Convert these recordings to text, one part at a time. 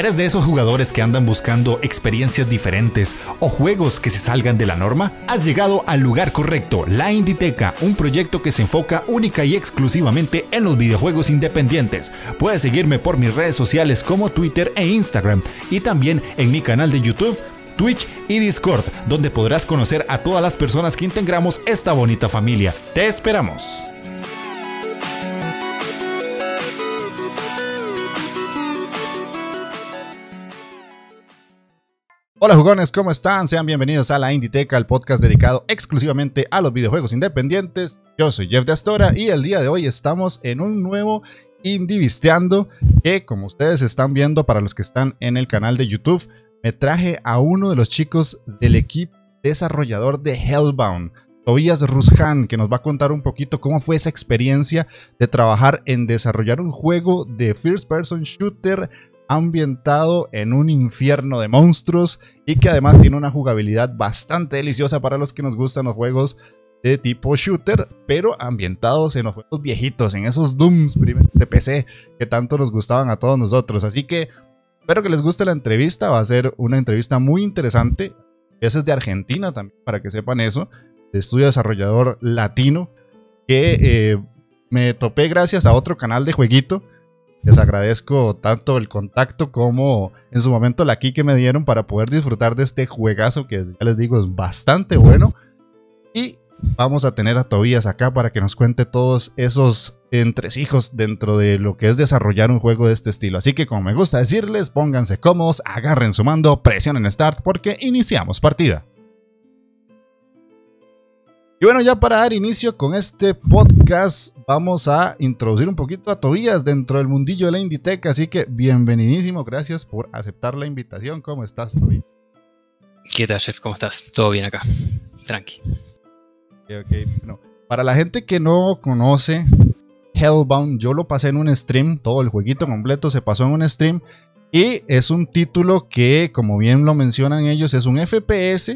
¿Eres de esos jugadores que andan buscando experiencias diferentes o juegos que se salgan de la norma? Has llegado al lugar correcto, La Inditeca, un proyecto que se enfoca única y exclusivamente en los videojuegos independientes. Puedes seguirme por mis redes sociales como Twitter e Instagram y también en mi canal de YouTube, Twitch y Discord, donde podrás conocer a todas las personas que integramos esta bonita familia. ¡Te esperamos! Hola jugones, ¿cómo están? Sean bienvenidos a La Inditeca, el podcast dedicado exclusivamente a los videojuegos independientes. Yo soy Jeff de Astora y el día de hoy estamos en un nuevo Indivisteando que, como ustedes están viendo, para los que están en el canal de YouTube, me traje a uno de los chicos del equipo desarrollador de Hellbound, Tobias Rusjan, que nos va a contar un poquito cómo fue esa experiencia de trabajar en desarrollar un juego de first person shooter ambientado en un infierno de monstruos y que además tiene una jugabilidad bastante deliciosa para los que nos gustan los juegos de tipo shooter, pero ambientados en los juegos viejitos, en esos Dooms de PC que tanto nos gustaban a todos nosotros. Así que espero que les guste la entrevista. Va a ser una entrevista muy interesante. Ese es de Argentina también, para que sepan eso, de estudio desarrollador latino, que me topé gracias a otro canal de jueguito. Les agradezco tanto el contacto como en su momento la key que me dieron para poder disfrutar de este juegazo que ya les digo es bastante bueno. Y vamos a tener a Tobias acá para que nos cuente todos esos entresijos dentro de lo que es desarrollar un juego de este estilo. Así que, como me gusta decirles, pónganse cómodos, agarren su mando, presionen Start porque iniciamos partida. Y bueno, ya para dar inicio con este podcast, vamos a introducir un poquito a Tobias dentro del mundillo de La Inditeca. Así que bienvenidísimo, gracias por aceptar la invitación. ¿Cómo estás, Tobias? ¿Qué tal, Jeff? ¿Cómo estás? Todo bien acá, tranqui. Okay. Bueno, para la gente que no conoce Hellbound, yo lo pasé en un stream, todo el jueguito completo se pasó en un stream. Y es un título que, como bien lo mencionan ellos, es un FPS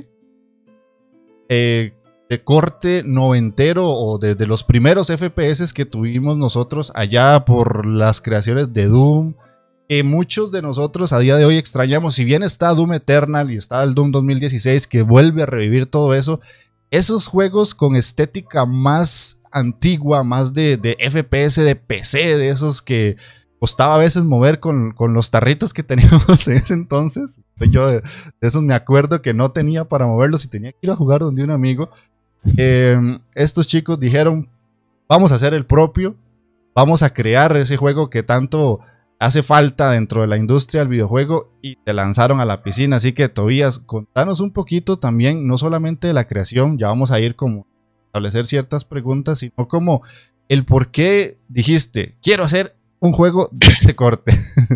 de corte noventero o de los primeros FPS que tuvimos nosotros allá por las creaciones de Doom, que muchos de nosotros a día de hoy extrañamos. Si bien está Doom Eternal y está el Doom 2016 que vuelve a revivir todo eso, esos juegos con estética más antigua, más de FPS de PC, de esos que costaba a veces mover con los tarritos que teníamos en ese entonces. Yo de esos me acuerdo que no tenía para moverlos y tenía que ir a jugar donde un amigo. Estos chicos dijeron, vamos a hacer el propio, vamos a crear ese juego que tanto hace falta dentro de la industria del videojuego, y te lanzaron a la piscina. Así que, Tobias, contanos un poquito también, no solamente de la creación, ya vamos a ir como a establecer ciertas preguntas, sino como el por qué dijiste, quiero hacer un juego de este corte.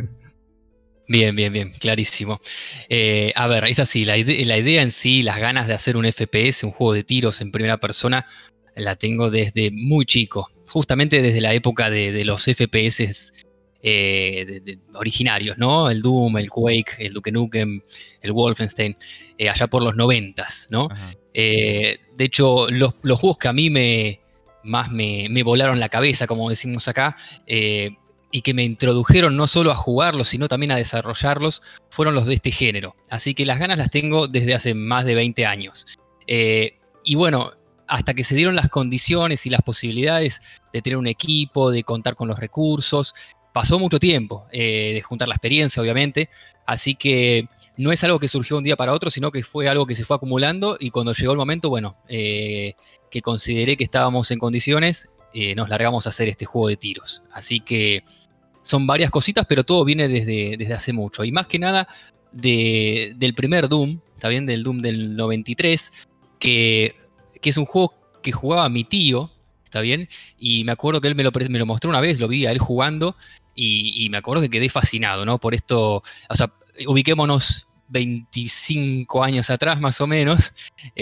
Bien, clarísimo. A ver, es así, la idea en sí, las ganas de hacer un FPS, un juego de tiros en primera persona, la tengo desde muy chico, justamente desde la época de los FPS originarios, ¿no? El Doom, el Quake, el Duke Nukem, el Wolfenstein, allá por los 90s, ¿no? De hecho, los juegos que a mí más me volaron la cabeza, como decimos acá, y que me introdujeron no solo a jugarlos, sino también a desarrollarlos, fueron los de este género. Así que las ganas las tengo desde hace más de 20 años. Y bueno, hasta que se dieron las condiciones y las posibilidades de tener un equipo, de contar con los recursos, pasó mucho tiempo, de juntar la experiencia, obviamente. Así que no es algo que surgió un día para otro, sino que fue algo que se fue acumulando, y cuando llegó el momento, bueno, que consideré que estábamos en condiciones, nos largamos a hacer este juego de tiros. Así que son varias cositas, pero todo viene desde hace mucho. Y más que nada del primer Doom, ¿está bien? Del Doom del 93, que es un juego que jugaba mi tío, ¿está bien? Y me acuerdo que él me lo mostró una vez, lo vi a él jugando, y me acuerdo que quedé fascinado, ¿no? Por esto, o sea, ubiquémonos 25 años atrás más o menos.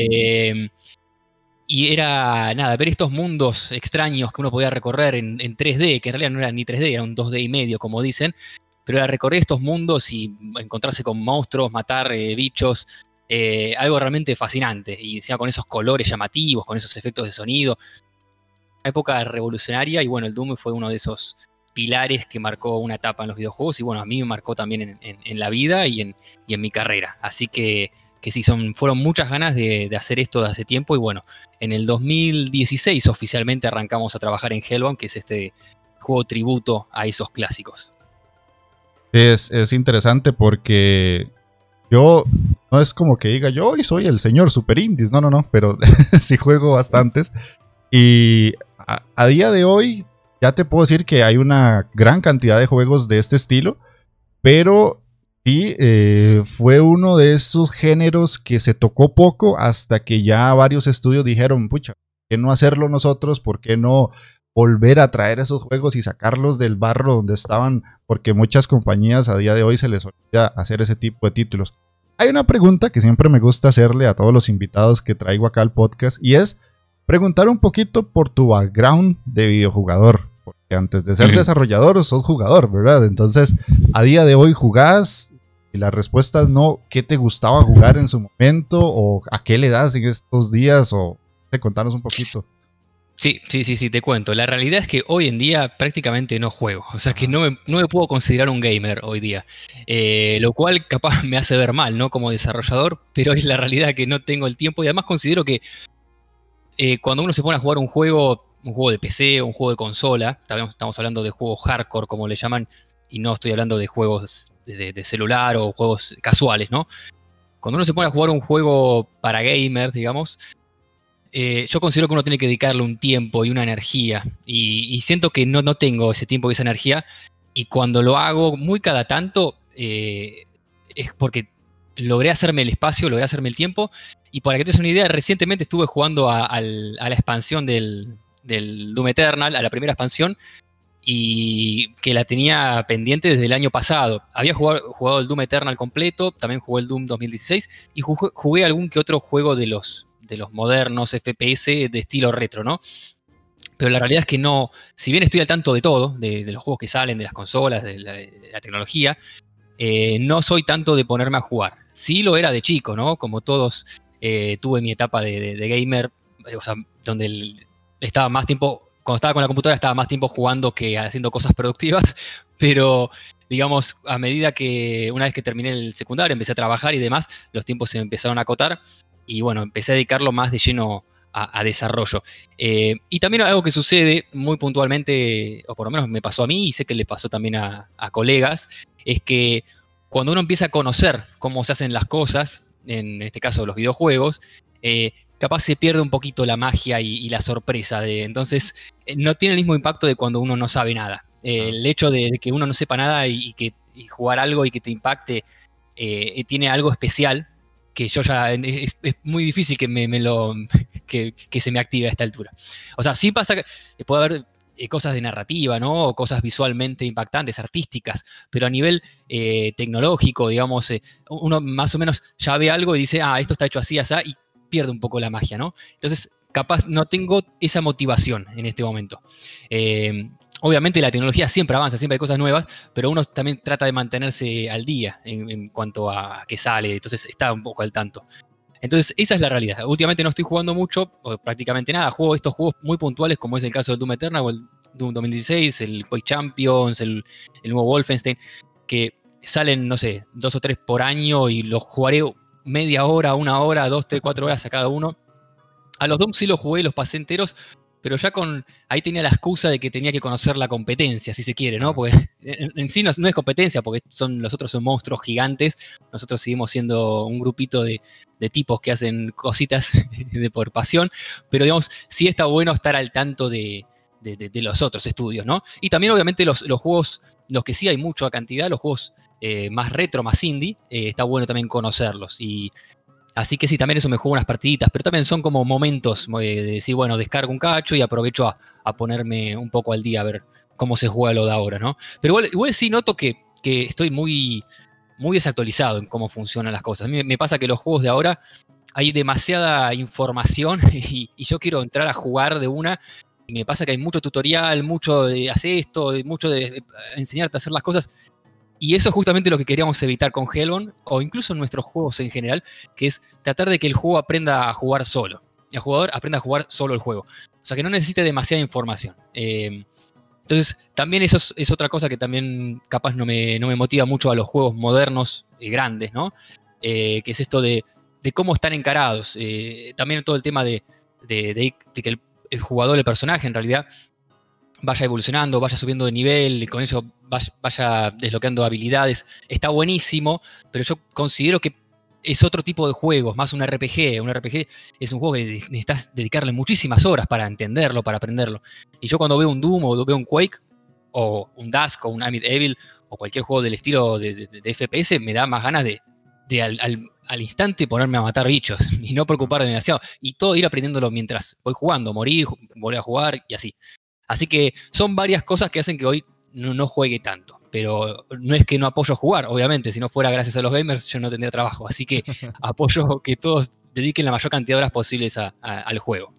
Y era, nada, ver estos mundos extraños que uno podía recorrer en 3D, que en realidad no era ni 3D, era un 2D y medio, como dicen, pero era recorrer estos mundos y encontrarse con monstruos, matar bichos, algo realmente fascinante, y encima con esos colores llamativos, con esos efectos de sonido. Una época revolucionaria, y bueno, el Doom fue uno de esos pilares que marcó una etapa en los videojuegos y bueno, a mí me marcó también en la vida y en mi carrera. Así que sí, fueron muchas ganas de hacer esto de hace tiempo y bueno, en el 2016 oficialmente arrancamos a trabajar en Hellbound, que es este juego tributo a esos clásicos. Es interesante porque yo no es como que diga yo hoy soy el señor Super Indies, no, pero sí juego bastantes y a día de hoy ya te puedo decir que hay una gran cantidad de juegos de este estilo, pero sí fue uno de esos géneros que se tocó poco hasta que ya varios estudios dijeron, pucha, ¿por qué no hacerlo nosotros? ¿Por qué no volver a traer esos juegos y sacarlos del barro donde estaban? Porque muchas compañías a día de hoy se les olvida hacer ese tipo de títulos. Hay una pregunta que siempre me gusta hacerle a todos los invitados que traigo acá al podcast y es preguntar un poquito por tu background de videojugador. Porque antes de ser desarrollador sos jugador, ¿verdad? Entonces, a día de hoy jugás y la respuesta es no. ¿Qué te gustaba jugar en su momento? ¿O a qué le das en estos días? O contanos un poquito. Sí, te cuento. La realidad es que hoy en día prácticamente no juego. O sea que no me puedo considerar un gamer hoy día. Lo cual capaz me hace ver mal, ¿no? Como desarrollador, pero es la realidad que no tengo el tiempo y además considero que cuando uno se pone a jugar un juego de PC, un juego de consola, estamos hablando de juegos hardcore, como le llaman, y no estoy hablando de juegos de celular o juegos casuales, ¿no? Cuando uno se pone a jugar un juego para gamers, digamos, yo considero que uno tiene que dedicarle un tiempo y una energía, y siento que no tengo ese tiempo y esa energía, y cuando lo hago muy cada tanto, es porque logré hacerme el espacio, logré hacerme el tiempo. Y para que te des una idea, recientemente estuve jugando a la expansión del Doom Eternal, a la primera expansión, y que la tenía pendiente desde el año pasado. Había jugado el Doom Eternal completo, también jugué el Doom 2016, y jugué algún que otro juego de los modernos FPS de estilo retro, ¿no? Pero la realidad es que no, si bien estoy al tanto de todo, de los juegos que salen, de las consolas, de la tecnología, no soy tanto de ponerme a jugar. Sí lo era de chico, ¿no? Como todos, tuve mi etapa de gamer, o sea, donde estaba más tiempo, cuando estaba con la computadora estaba más tiempo jugando que haciendo cosas productivas, pero digamos, a medida que una vez que terminé el secundario, empecé a trabajar y demás, los tiempos se me empezaron a acotar y bueno, empecé a dedicarlo más de lleno a desarrollo. Y también algo que sucede muy puntualmente, o por lo menos me pasó a mí y sé que le pasó también a colegas, es que cuando uno empieza a conocer cómo se hacen las cosas, en este caso los videojuegos, capaz se pierde un poquito la magia y la sorpresa. Entonces, no tiene el mismo impacto de cuando uno no sabe nada. El hecho de que uno no sepa nada y jugar algo y que te impacte tiene algo especial que yo ya es muy difícil que que se me active a esta altura. O sea, sí pasa que puede haber cosas de narrativa, ¿no? O cosas visualmente impactantes, artísticas, pero a nivel tecnológico, digamos, uno más o menos ya ve algo y dice, esto está hecho así, así, y pierde un poco la magia, ¿no? Entonces, capaz no tengo esa motivación en este momento. Obviamente la tecnología siempre avanza, siempre hay cosas nuevas, pero uno también trata de mantenerse al día en cuanto a qué sale, entonces está un poco al tanto. Entonces, esa es la realidad. Últimamente no estoy jugando mucho, o prácticamente nada. Juego estos juegos muy puntuales, como es el caso del Doom Eternal o el Doom 2016, el Quake Champions, el nuevo Wolfenstein, que salen, no sé, 2 o 3 por año y los jugaré media hora, 1 hora, 2, 3, 4 horas a cada uno. A los Doom sí los jugué, los pasé enteros, pero ya ahí tenía la excusa de que tenía que conocer la competencia, si se quiere, ¿no? Porque en sí no es competencia, porque los otros son monstruos gigantes. Nosotros seguimos siendo un grupito de tipos que hacen cositas por pasión, pero digamos, sí está bueno estar al tanto de los otros estudios, ¿no? Y también obviamente los juegos, los que sí hay mucha cantidad, los juegos más retro, más indie, está bueno también conocerlos. Así que sí, también eso me juego unas partiditas, pero también son como momentos de decir, bueno, descargo un cacho y aprovecho a ponerme un poco al día a ver cómo se juega lo de ahora, ¿no? Pero igual sí noto que estoy muy, muy desactualizado en cómo funcionan las cosas. A mí me pasa que los juegos de ahora hay demasiada información y yo quiero entrar a jugar de una y me pasa que hay mucho tutorial, mucho de hacer esto, mucho de enseñarte a hacer las cosas. Y eso es justamente lo que queríamos evitar con Hellbound, o incluso en nuestros juegos en general, que es tratar de que el juego aprenda a jugar solo. El jugador aprenda a jugar solo el juego. O sea, que no necesite demasiada información. Entonces, también eso es otra cosa que también capaz no me motiva mucho a los juegos modernos y grandes, ¿no? Que es esto de cómo están encarados. También todo el tema de que el jugador, el personaje, en realidad, vaya evolucionando, vaya subiendo de nivel, y con eso vaya desbloqueando habilidades. Está buenísimo, pero yo considero que es otro tipo de juegos, más un RPG. Un RPG es un juego que necesitas dedicarle muchísimas horas para entenderlo, para aprenderlo. Y yo cuando veo un Doom o veo un Quake, o un Dusk o un Amid Evil, o cualquier juego del estilo de FPS, me da más ganas de al instante ponerme a matar bichos y no preocuparme demasiado. Y todo ir aprendiéndolo mientras voy jugando, morir, volver a jugar y así. Así que son varias cosas que hacen que hoy no juegue tanto. Pero no es que no apoyo jugar, obviamente. Si no fuera gracias a los gamers, yo no tendría trabajo. Así que apoyo que todos dediquen la mayor cantidad de horas posibles al juego.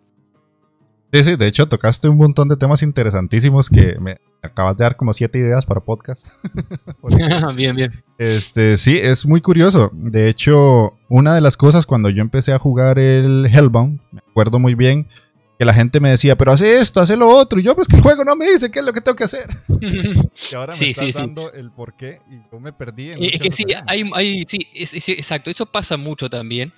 Sí, de hecho tocaste un montón de temas interesantísimos que me acabas de dar como 7 ideas para podcast. Bien. Sí, es muy curioso. De hecho, una de las cosas cuando yo empecé a jugar el Hellbound, me acuerdo muy bien que la gente me decía, pero hace esto, hace lo otro. Y yo, pues que el juego no me dice qué es lo que tengo que hacer. Y ahora me estás dando el porqué y yo me perdí en es que sí, exacto. Eso pasa mucho también.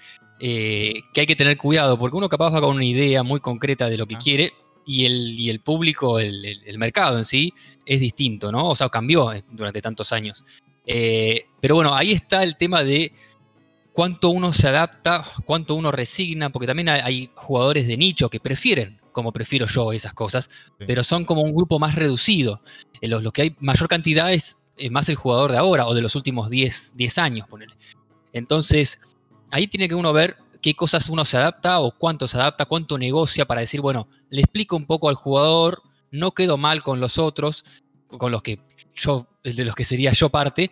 Que hay que tener cuidado, porque uno capaz va con una idea muy concreta de lo que quiere y el público, el mercado en sí, es distinto, ¿no? O sea, cambió durante tantos años. Pero bueno, ahí está el tema de cuánto uno se adapta, cuánto uno resigna, porque también hay jugadores de nicho que prefieren, como prefiero yo, esas cosas, pero son como un grupo más reducido. Los que hay mayor cantidad es más el jugador de ahora o de los últimos 10 años, ponele. Entonces, ahí tiene que uno ver qué cosas uno se adapta o cuánto se adapta, cuánto negocia para decir, bueno, le explico un poco al jugador, no quedo mal con los otros, con los que de los que sería yo parte,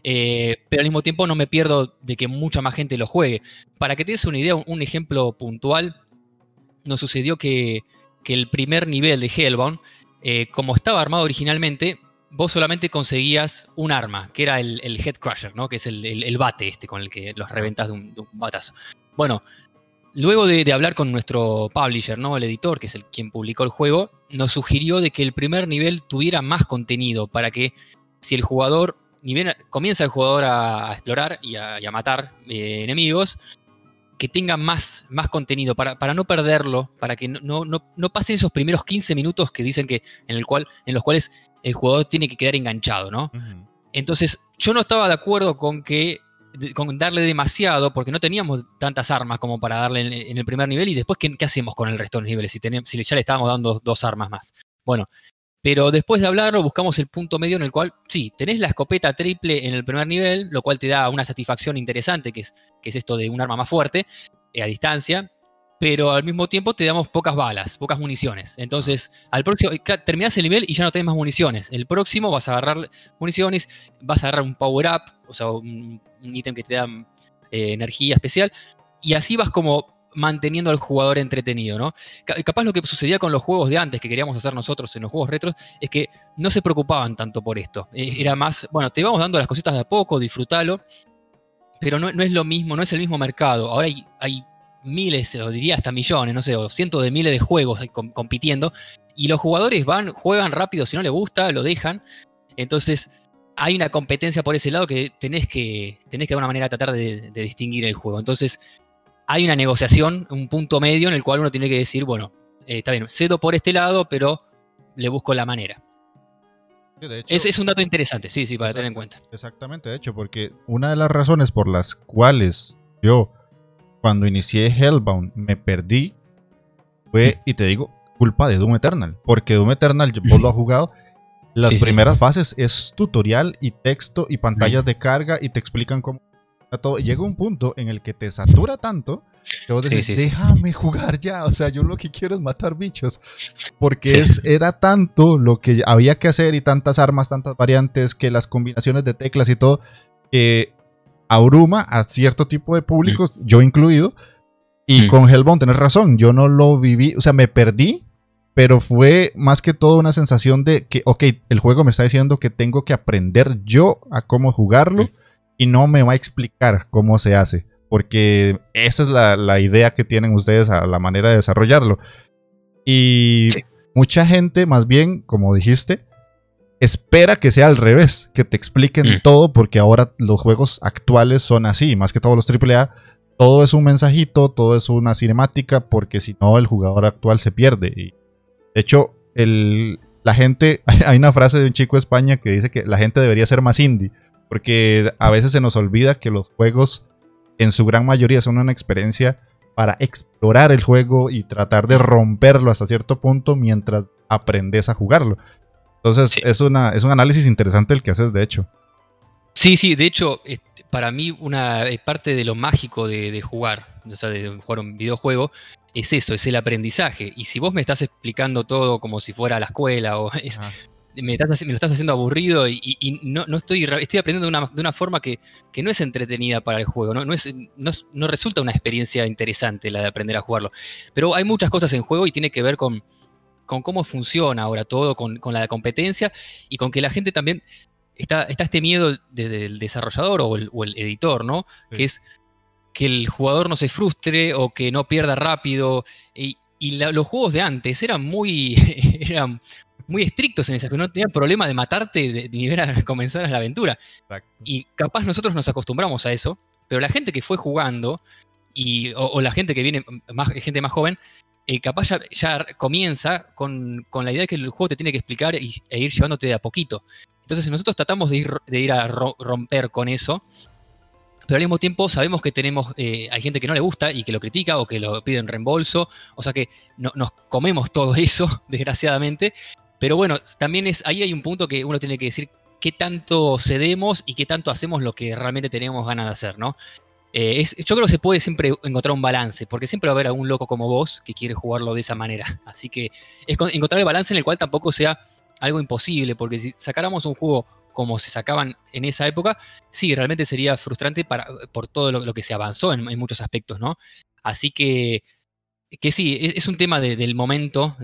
pero al mismo tiempo no me pierdo de que mucha más gente lo juegue. Para que te des una idea, un ejemplo puntual, nos sucedió que el primer nivel de Hellbound, como estaba armado originalmente, vos solamente conseguías un arma, que era el Head Crusher, ¿no? Que es el bate con el que los reventas de un batazo. Bueno, luego de hablar con nuestro publisher, ¿no? El editor, que es quien publicó el juego, nos sugirió de que el primer nivel tuviera más contenido para que si el jugador, ni bien comienza el jugador a explorar y a matar enemigos, que tenga más contenido para no perderlo, para que no pasen esos primeros 15 minutos que dicen que en los cuales el jugador tiene que quedar enganchado, ¿no? Uh-huh. Entonces, yo no estaba de acuerdo con darle demasiado, porque no teníamos tantas armas como para darle en el primer nivel, y después, ¿qué hacemos con el resto de los niveles si ya le estábamos dando 2 armas más? Bueno, pero después de hablarlo, buscamos el punto medio en el cual, sí, tenés la escopeta triple en el primer nivel, lo cual te da una satisfacción interesante, que es esto de un arma más fuerte, a distancia, pero al mismo tiempo te damos pocas balas, pocas municiones. Entonces, al próximo, terminás el nivel y ya no tenés más municiones. El próximo vas a agarrar municiones, vas a agarrar un power-up, o sea, un ítem que te da energía especial, y así vas como manteniendo al jugador entretenido, ¿no? Capaz lo que sucedía con los juegos de antes que queríamos hacer nosotros en los juegos retros es que no se preocupaban tanto por esto. Era más, bueno, te vamos dando las cositas de a poco, disfrútalo, pero no es lo mismo, no es el mismo mercado. Ahora hay miles, o diría hasta millones, no sé, o cientos de miles de juegos compitiendo, y los jugadores juegan rápido, si no les gusta, lo dejan. Entonces, hay una competencia por ese lado que tenés que de alguna manera tratar de distinguir el juego. Entonces, hay una negociación, un punto medio en el cual uno tiene que decir, bueno, está bien, cedo por este lado, pero le busco la manera. De hecho, es un dato interesante, sí, para tener en cuenta. Exactamente, de hecho, porque una de las razones por las cuales yo, cuando inicié Hellbound, me perdí, fue, y te digo, culpa de Doom Eternal. Porque Doom Eternal, vos lo has jugado, las primeras fases es tutorial y texto y pantallas de carga y te explican cómo todo. Y llega un punto en el que te satura tanto que vos decís, déjame jugar ya, o sea, yo lo que quiero es matar bichos, porque era tanto lo que había que hacer y tantas armas, tantas variantes, que las combinaciones de teclas y todo abruma a cierto tipo de públicos, yo incluido, y con Hellbound tenés razón, yo no lo viví, o sea, me perdí, pero fue más que todo una sensación de que, ok, el juego me está diciendo que tengo que aprender yo a cómo jugarlo, y no me va a explicar cómo se hace, porque esa es la idea que tienen ustedes a la manera de desarrollarlo. Y mucha gente, más bien, como dijiste, espera que sea al revés, que te expliquen todo, porque ahora los juegos actuales son así, más que todos los AAA, todo es un mensajito, todo es una cinemática, porque si no el jugador actual se pierde. Y de hecho, la gente, hay una frase de un chico de España que dice que la gente debería ser más indie, porque a veces se nos olvida que los juegos en su gran mayoría son una experiencia para explorar el juego y tratar de romperlo hasta cierto punto mientras aprendes a jugarlo. Entonces sí, es un análisis interesante el que haces, de hecho. Sí, de hecho, para mí una parte de lo mágico de jugar, o sea, de jugar un videojuego, es eso, es el aprendizaje. Y si vos me estás explicando todo como si fuera a la escuela, o me lo estás haciendo aburrido y no estoy aprendiendo de una forma que no es entretenida para el juego, no resulta una experiencia interesante la de aprender a jugarlo. Pero hay muchas cosas en juego y tiene que ver con cómo funciona ahora todo, con la competencia y con que la gente también está este miedo del desarrollador o el editor, ¿no? Sí. Que es que el jugador no se frustre o que no pierda rápido. Y los juegos de antes eran muy estrictos en eso, que no tenían problema de matarte de ni ver a comenzar la aventura. Exacto. Y capaz nosotros nos acostumbramos a eso, pero la gente que fue jugando o la gente que viene, gente más joven, capaz ya comienza con la idea de que el juego te tiene que explicar e ir llevándote de a poquito. Entonces nosotros tratamos de ir a romper con eso, pero al mismo tiempo sabemos que hay gente que no le gusta y que lo critica o que lo pide en reembolso, o sea que nos comemos todo eso, desgraciadamente. Pero bueno, también ahí hay un punto que uno tiene que decir qué tanto cedemos y qué tanto hacemos lo que realmente tenemos ganas de hacer, ¿no? Yo creo que se puede siempre encontrar un balance, porque siempre va a haber algún loco como vos que quiere jugarlo de esa manera. Así que es encontrar el balance en el cual tampoco sea algo imposible, porque si sacáramos un juego como se sacaban en esa época, sí, realmente sería frustrante por todo lo que se avanzó en muchos aspectos, ¿no? Así que sí, es un tema del momento,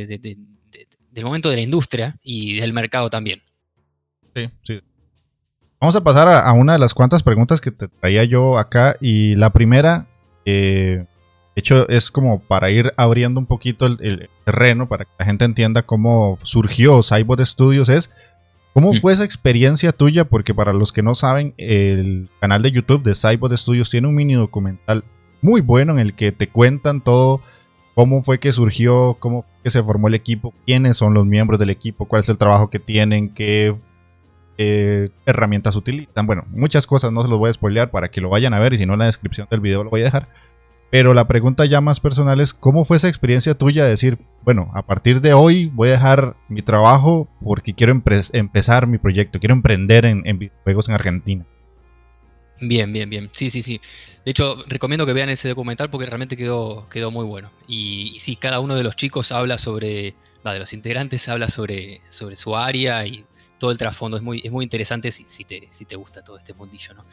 del momento de la industria y del mercado también. Sí. Vamos a pasar a una de las cuantas preguntas que te traía yo acá. Y la primera, de hecho, es como para ir abriendo un poquito el terreno, para que la gente entienda cómo surgió Cybot Studios. ¿Cómo fue esa experiencia tuya? Porque para los que no saben, el canal de YouTube de Cybot Studios tiene un mini documental muy bueno en el que te cuentan todo. ¿Cómo fue que surgió? ¿Cómo fue que se formó el equipo? ¿Quiénes son los miembros del equipo? ¿Cuál es el trabajo que tienen? ¿Qué herramientas utilizan? Bueno, muchas cosas, no se los voy a spoilear para que lo vayan a ver, y si no en la descripción del video lo voy a dejar. Pero la pregunta ya más personal es, ¿cómo fue esa experiencia tuya de decir, bueno, a partir de hoy voy a dejar mi trabajo porque quiero empezar mi proyecto, quiero emprender en videojuegos en Argentina? Bien. Sí. De hecho, recomiendo que vean ese documental porque realmente quedó muy bueno. Y sí, cada uno de los chicos habla de los integrantes habla sobre su área y todo el trasfondo. Es muy interesante si te gusta todo este mundillo, ¿no?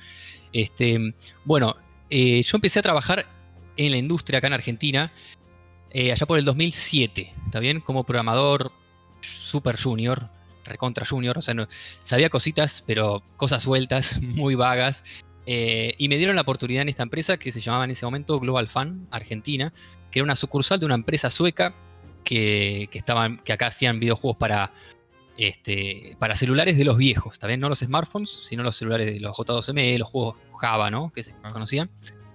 Bueno, yo empecé a trabajar en la industria acá en Argentina allá por el 2007, ¿está bien? Como programador super junior, recontra junior, o sea, sabía cositas, pero cosas sueltas, muy vagas. Y me dieron la oportunidad en esta empresa que se llamaba en ese momento Global Fan Argentina, que era una sucursal de una empresa sueca que acá hacían videojuegos para celulares de los viejos, ¿está bien? No los smartphones, sino los celulares de los J2ME, los juegos Java, ¿no? Que se conocían.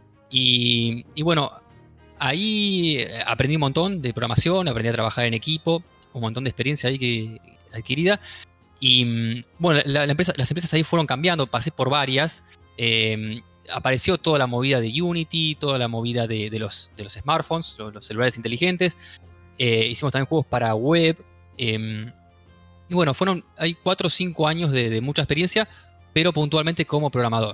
Y bueno, ahí aprendí un montón de programación, aprendí a trabajar en equipo, un montón de experiencia ahí adquirida. Y bueno, las empresas ahí fueron cambiando, pasé por varias. Apareció toda la movida de Unity, toda la movida de los smartphones, los celulares inteligentes. Hicimos también juegos para web. Y bueno, hay 4 o 5 años de mucha experiencia, pero puntualmente como programador.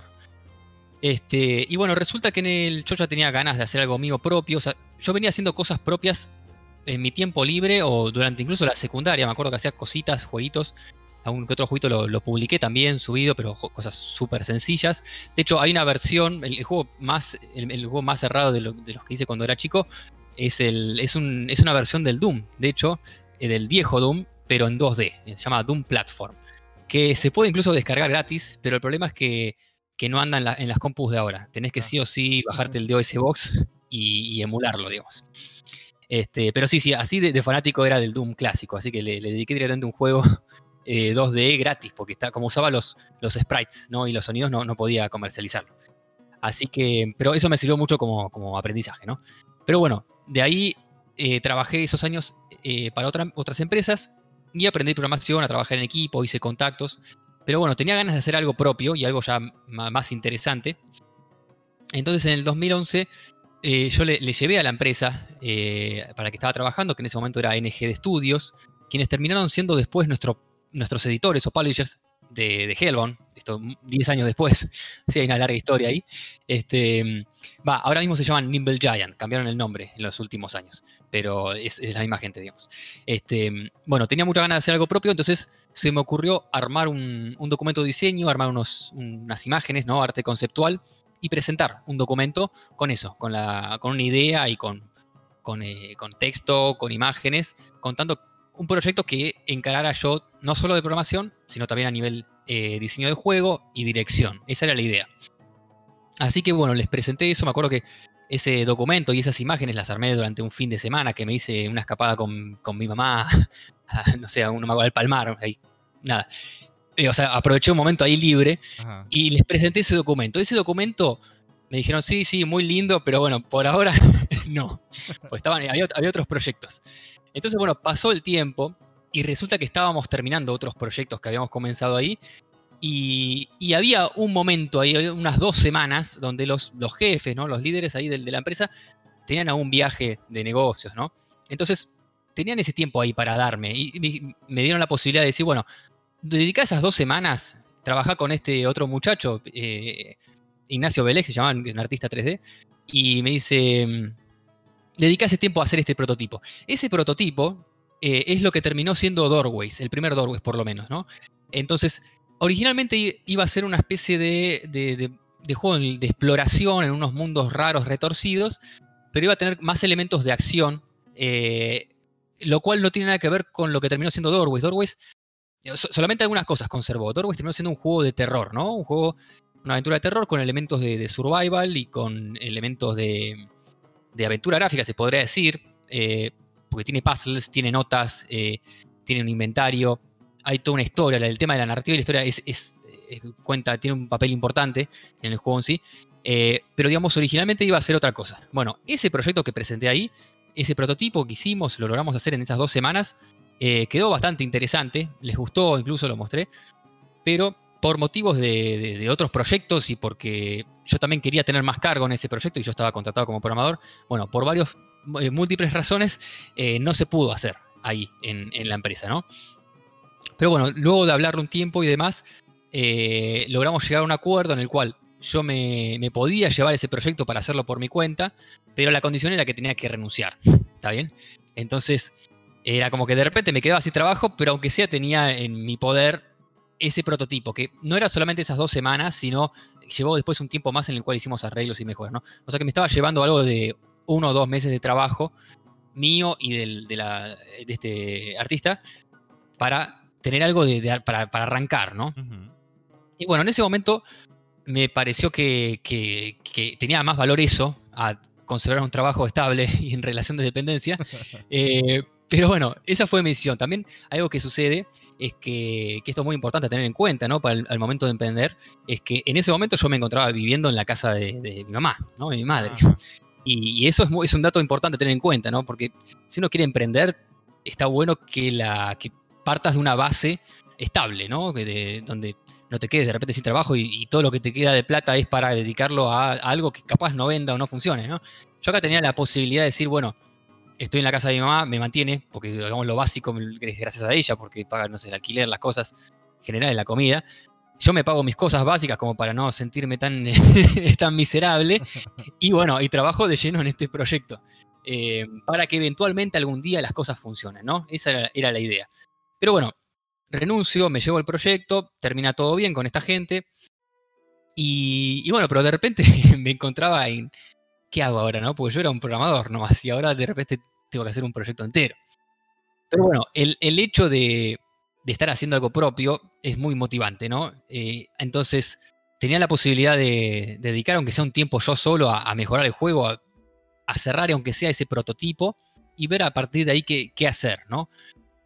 Y bueno, resulta que yo ya tenía ganas de hacer algo mío propio. O sea, yo venía haciendo cosas propias en mi tiempo libre o durante incluso la secundaria. Me acuerdo que hacía cositas, jueguitos. Algún que otro jueguito lo publiqué también, subido, pero cosas súper sencillas. De hecho, hay una versión, el juego más cerrado de los que hice cuando era chico, es una versión del Doom. De hecho, del viejo Doom, pero en 2D. Se llama Doom Platform. Que se puede incluso descargar gratis, pero el problema es que no anda en las compus de ahora. Tenés que sí o sí bajarte el DOS Box y emularlo, digamos. Pero sí, así de fanático era del Doom clásico, así que le dediqué directamente un juego 2D gratis, porque como usaba los sprites, ¿no? Y los sonidos no podía comercializarlo. Así que, pero eso me sirvió mucho como aprendizaje, ¿no? Pero bueno, de ahí trabajé esos años para otras empresas y aprendí programación, a trabajar en equipo, hice contactos. Pero bueno, tenía ganas de hacer algo propio y algo ya más interesante. Entonces en el 2011 yo le llevé a la empresa para la que estaba trabajando, que en ese momento era NGD Studios, quienes terminaron siendo después nuestros editores o publishers de Hellbound, esto 10 años después. Sí, hay una larga historia ahí. Ahora mismo se llaman Nimble Giant, cambiaron el nombre en los últimos años, pero es la misma gente, digamos. Bueno, tenía mucha ganas de hacer algo propio, entonces se me ocurrió armar un documento de diseño, armar unas imágenes, ¿no? Arte conceptual, y presentar un documento con eso, con una idea y con texto, con imágenes, contando un proyecto que encarara yo no solo de programación, sino también a nivel diseño de juego y dirección. Esa era la idea. Así que bueno, les presenté eso. Me acuerdo que ese documento y esas imágenes las armé durante un fin de semana, que me hice una escapada con mi mamá, no sé, no me acuerdo, al Palmar, ahí, nada. O sea, aproveché un momento ahí libre. Ajá. Y les presenté ese documento. Ese documento me dijeron, sí, muy lindo, pero bueno, por ahora no. Pues había otros proyectos. Entonces, bueno, pasó el tiempo y resulta que estábamos terminando otros proyectos que habíamos comenzado ahí. Y había un momento ahí, unas 2 semanas, donde los jefes, ¿no? Los líderes ahí de la empresa tenían algún viaje de negocios, ¿no? Entonces, tenían ese tiempo ahí para darme. Y me dieron la posibilidad de decir, bueno, dedica esas 2 semanas, trabajá con este otro muchacho, Ignacio Vélez, se llamaba, un artista 3D, y me dice, dedica ese tiempo a hacer este prototipo. Ese prototipo es lo que terminó siendo Doorways, el primer Doorways por lo menos, ¿no? Entonces, originalmente iba a ser una especie de juego de exploración en unos mundos raros, retorcidos, pero iba a tener más elementos de acción, lo cual no tiene nada que ver con lo que terminó siendo Doorways. Doorways solamente algunas cosas conservó. Doorways terminó siendo un juego de terror, ¿no? Una aventura de terror con elementos de survival y con elementos de aventura gráfica, se podría decir, porque tiene puzzles, tiene notas, tiene un inventario, hay toda una historia. El tema de la narrativa y la historia tiene un papel importante en el juego en sí, pero digamos, originalmente iba a ser otra cosa. Bueno, ese proyecto que presenté ahí, ese prototipo que hicimos, lo logramos hacer en esas 2 semanas, quedó bastante interesante, les gustó, incluso lo mostré, pero por motivos de otros proyectos y porque yo también quería tener más cargo en ese proyecto y yo estaba contratado como programador, bueno, por varios múltiples razones no se pudo hacer ahí en la empresa, ¿no? Pero bueno, luego de hablarlo un tiempo y demás, logramos llegar a un acuerdo en el cual yo me podía llevar ese proyecto para hacerlo por mi cuenta, pero la condición era que tenía que renunciar, ¿está bien? Entonces era como que de repente me quedaba sin trabajo, pero aunque sea tenía en mi poder ese prototipo, que no era solamente esas 2 semanas, sino llevó después un tiempo más en el cual hicimos arreglos y mejoras, ¿no? O sea que me estaba llevando algo de 1 o 2 meses de trabajo mío y de este artista para tener algo para arrancar, ¿no? Uh-huh. Y bueno, en ese momento me pareció que tenía más valor eso, a conservar un trabajo estable y en relación de dependencia. Pero bueno, esa fue mi decisión. También algo que sucede es que esto es muy importante tener en cuenta, ¿no? Para el momento de emprender, es que en ese momento yo me encontraba viviendo en la casa de mi mamá, ¿no? De mi madre. Y eso es un dato importante tener en cuenta, ¿no? Porque si uno quiere emprender, está bueno que partas de una base estable, ¿no? Donde no te quedes de repente sin trabajo y todo lo que te queda de plata es para dedicarlo a algo que capaz no venda o no funcione, ¿no? Yo acá tenía la posibilidad de decir, bueno, estoy en la casa de mi mamá, me mantiene, porque digamos lo básico es gracias a ella, porque paga, no sé, el alquiler, las cosas generales, la comida. Yo me pago mis cosas básicas como para no sentirme tan miserable. Y bueno, y trabajo de lleno en este proyecto. Para que eventualmente algún día las cosas funcionen, ¿no? Esa era la idea. Pero bueno, renuncio, me llevo el proyecto, termina todo bien con esta gente. Y bueno, pero de repente me encontraba en... ¿Qué hago ahora, no? Porque yo era un programador nomás y ahora de repente tengo que hacer un proyecto entero. Pero bueno, el hecho de estar haciendo algo propio es muy motivante, ¿no? Entonces tenía la posibilidad de dedicar, aunque sea un tiempo yo solo, a mejorar el juego, a cerrar, aunque sea ese prototipo, y ver a partir de ahí qué hacer, ¿no?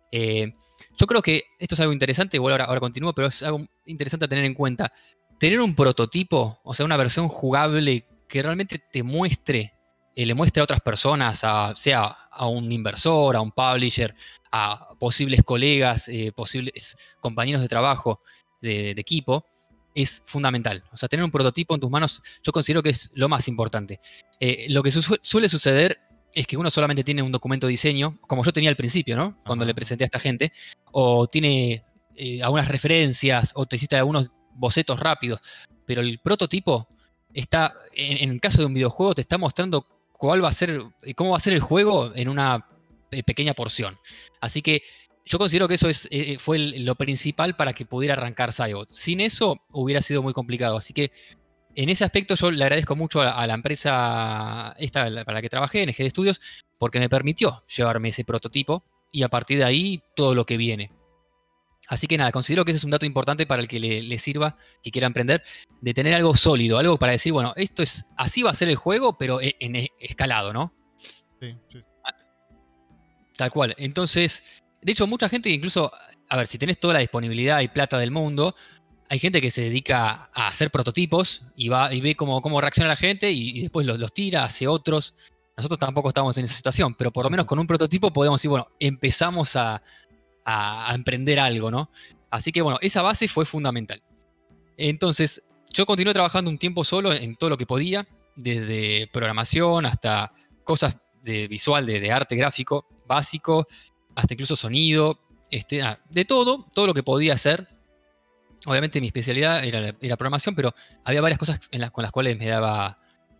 Yo creo que esto es algo interesante, igual ahora continúo, pero es algo interesante a tener en cuenta. Tener un prototipo, o sea, una versión jugable que realmente te muestre, le muestre a otras personas, sea a un inversor, a un publisher, a posibles colegas, posibles compañeros de trabajo, de equipo, es fundamental. O sea, tener un prototipo en tus manos, yo considero que es lo más importante. Lo que suele suceder es que uno solamente tiene un documento de diseño, como yo tenía al principio, ¿no? Cuando le presenté a esta gente, o tiene algunas referencias, o te hiciste algunos bocetos rápidos, pero el prototipo está, en el caso de un videojuego, te está mostrando cuál va a ser, cómo va a ser el juego en una pequeña porción. Así que yo considero que eso fue lo principal para que pudiera arrancar Cybot. Sin eso hubiera sido muy complicado. Así que en ese aspecto yo le agradezco mucho a la empresa esta para la que trabajé, NGD Studios, porque me permitió llevarme ese prototipo y a partir de ahí todo lo que viene. Así que nada, considero que ese es un dato importante para el que le sirva, que quiera emprender, de tener algo sólido, algo para decir, bueno, esto es, así va a ser el juego, pero en escalado, ¿no? Sí. Tal cual. Entonces, de hecho, mucha gente que incluso, a ver, si tenés toda la disponibilidad y plata del mundo, hay gente que se dedica a hacer prototipos y va y ve cómo reacciona la gente y después los tira, hace otros. Nosotros tampoco estamos en esa situación, pero por lo menos con un prototipo podemos decir, bueno, empezamos a emprender algo, ¿no? Así que bueno, esa base fue fundamental. Entonces, yo continué trabajando un tiempo solo en todo lo que podía, desde programación hasta cosas de visual, de arte gráfico básico, hasta incluso sonido, de todo lo que podía hacer. Obviamente mi especialidad era programación, pero había varias cosas con las cuales me daba,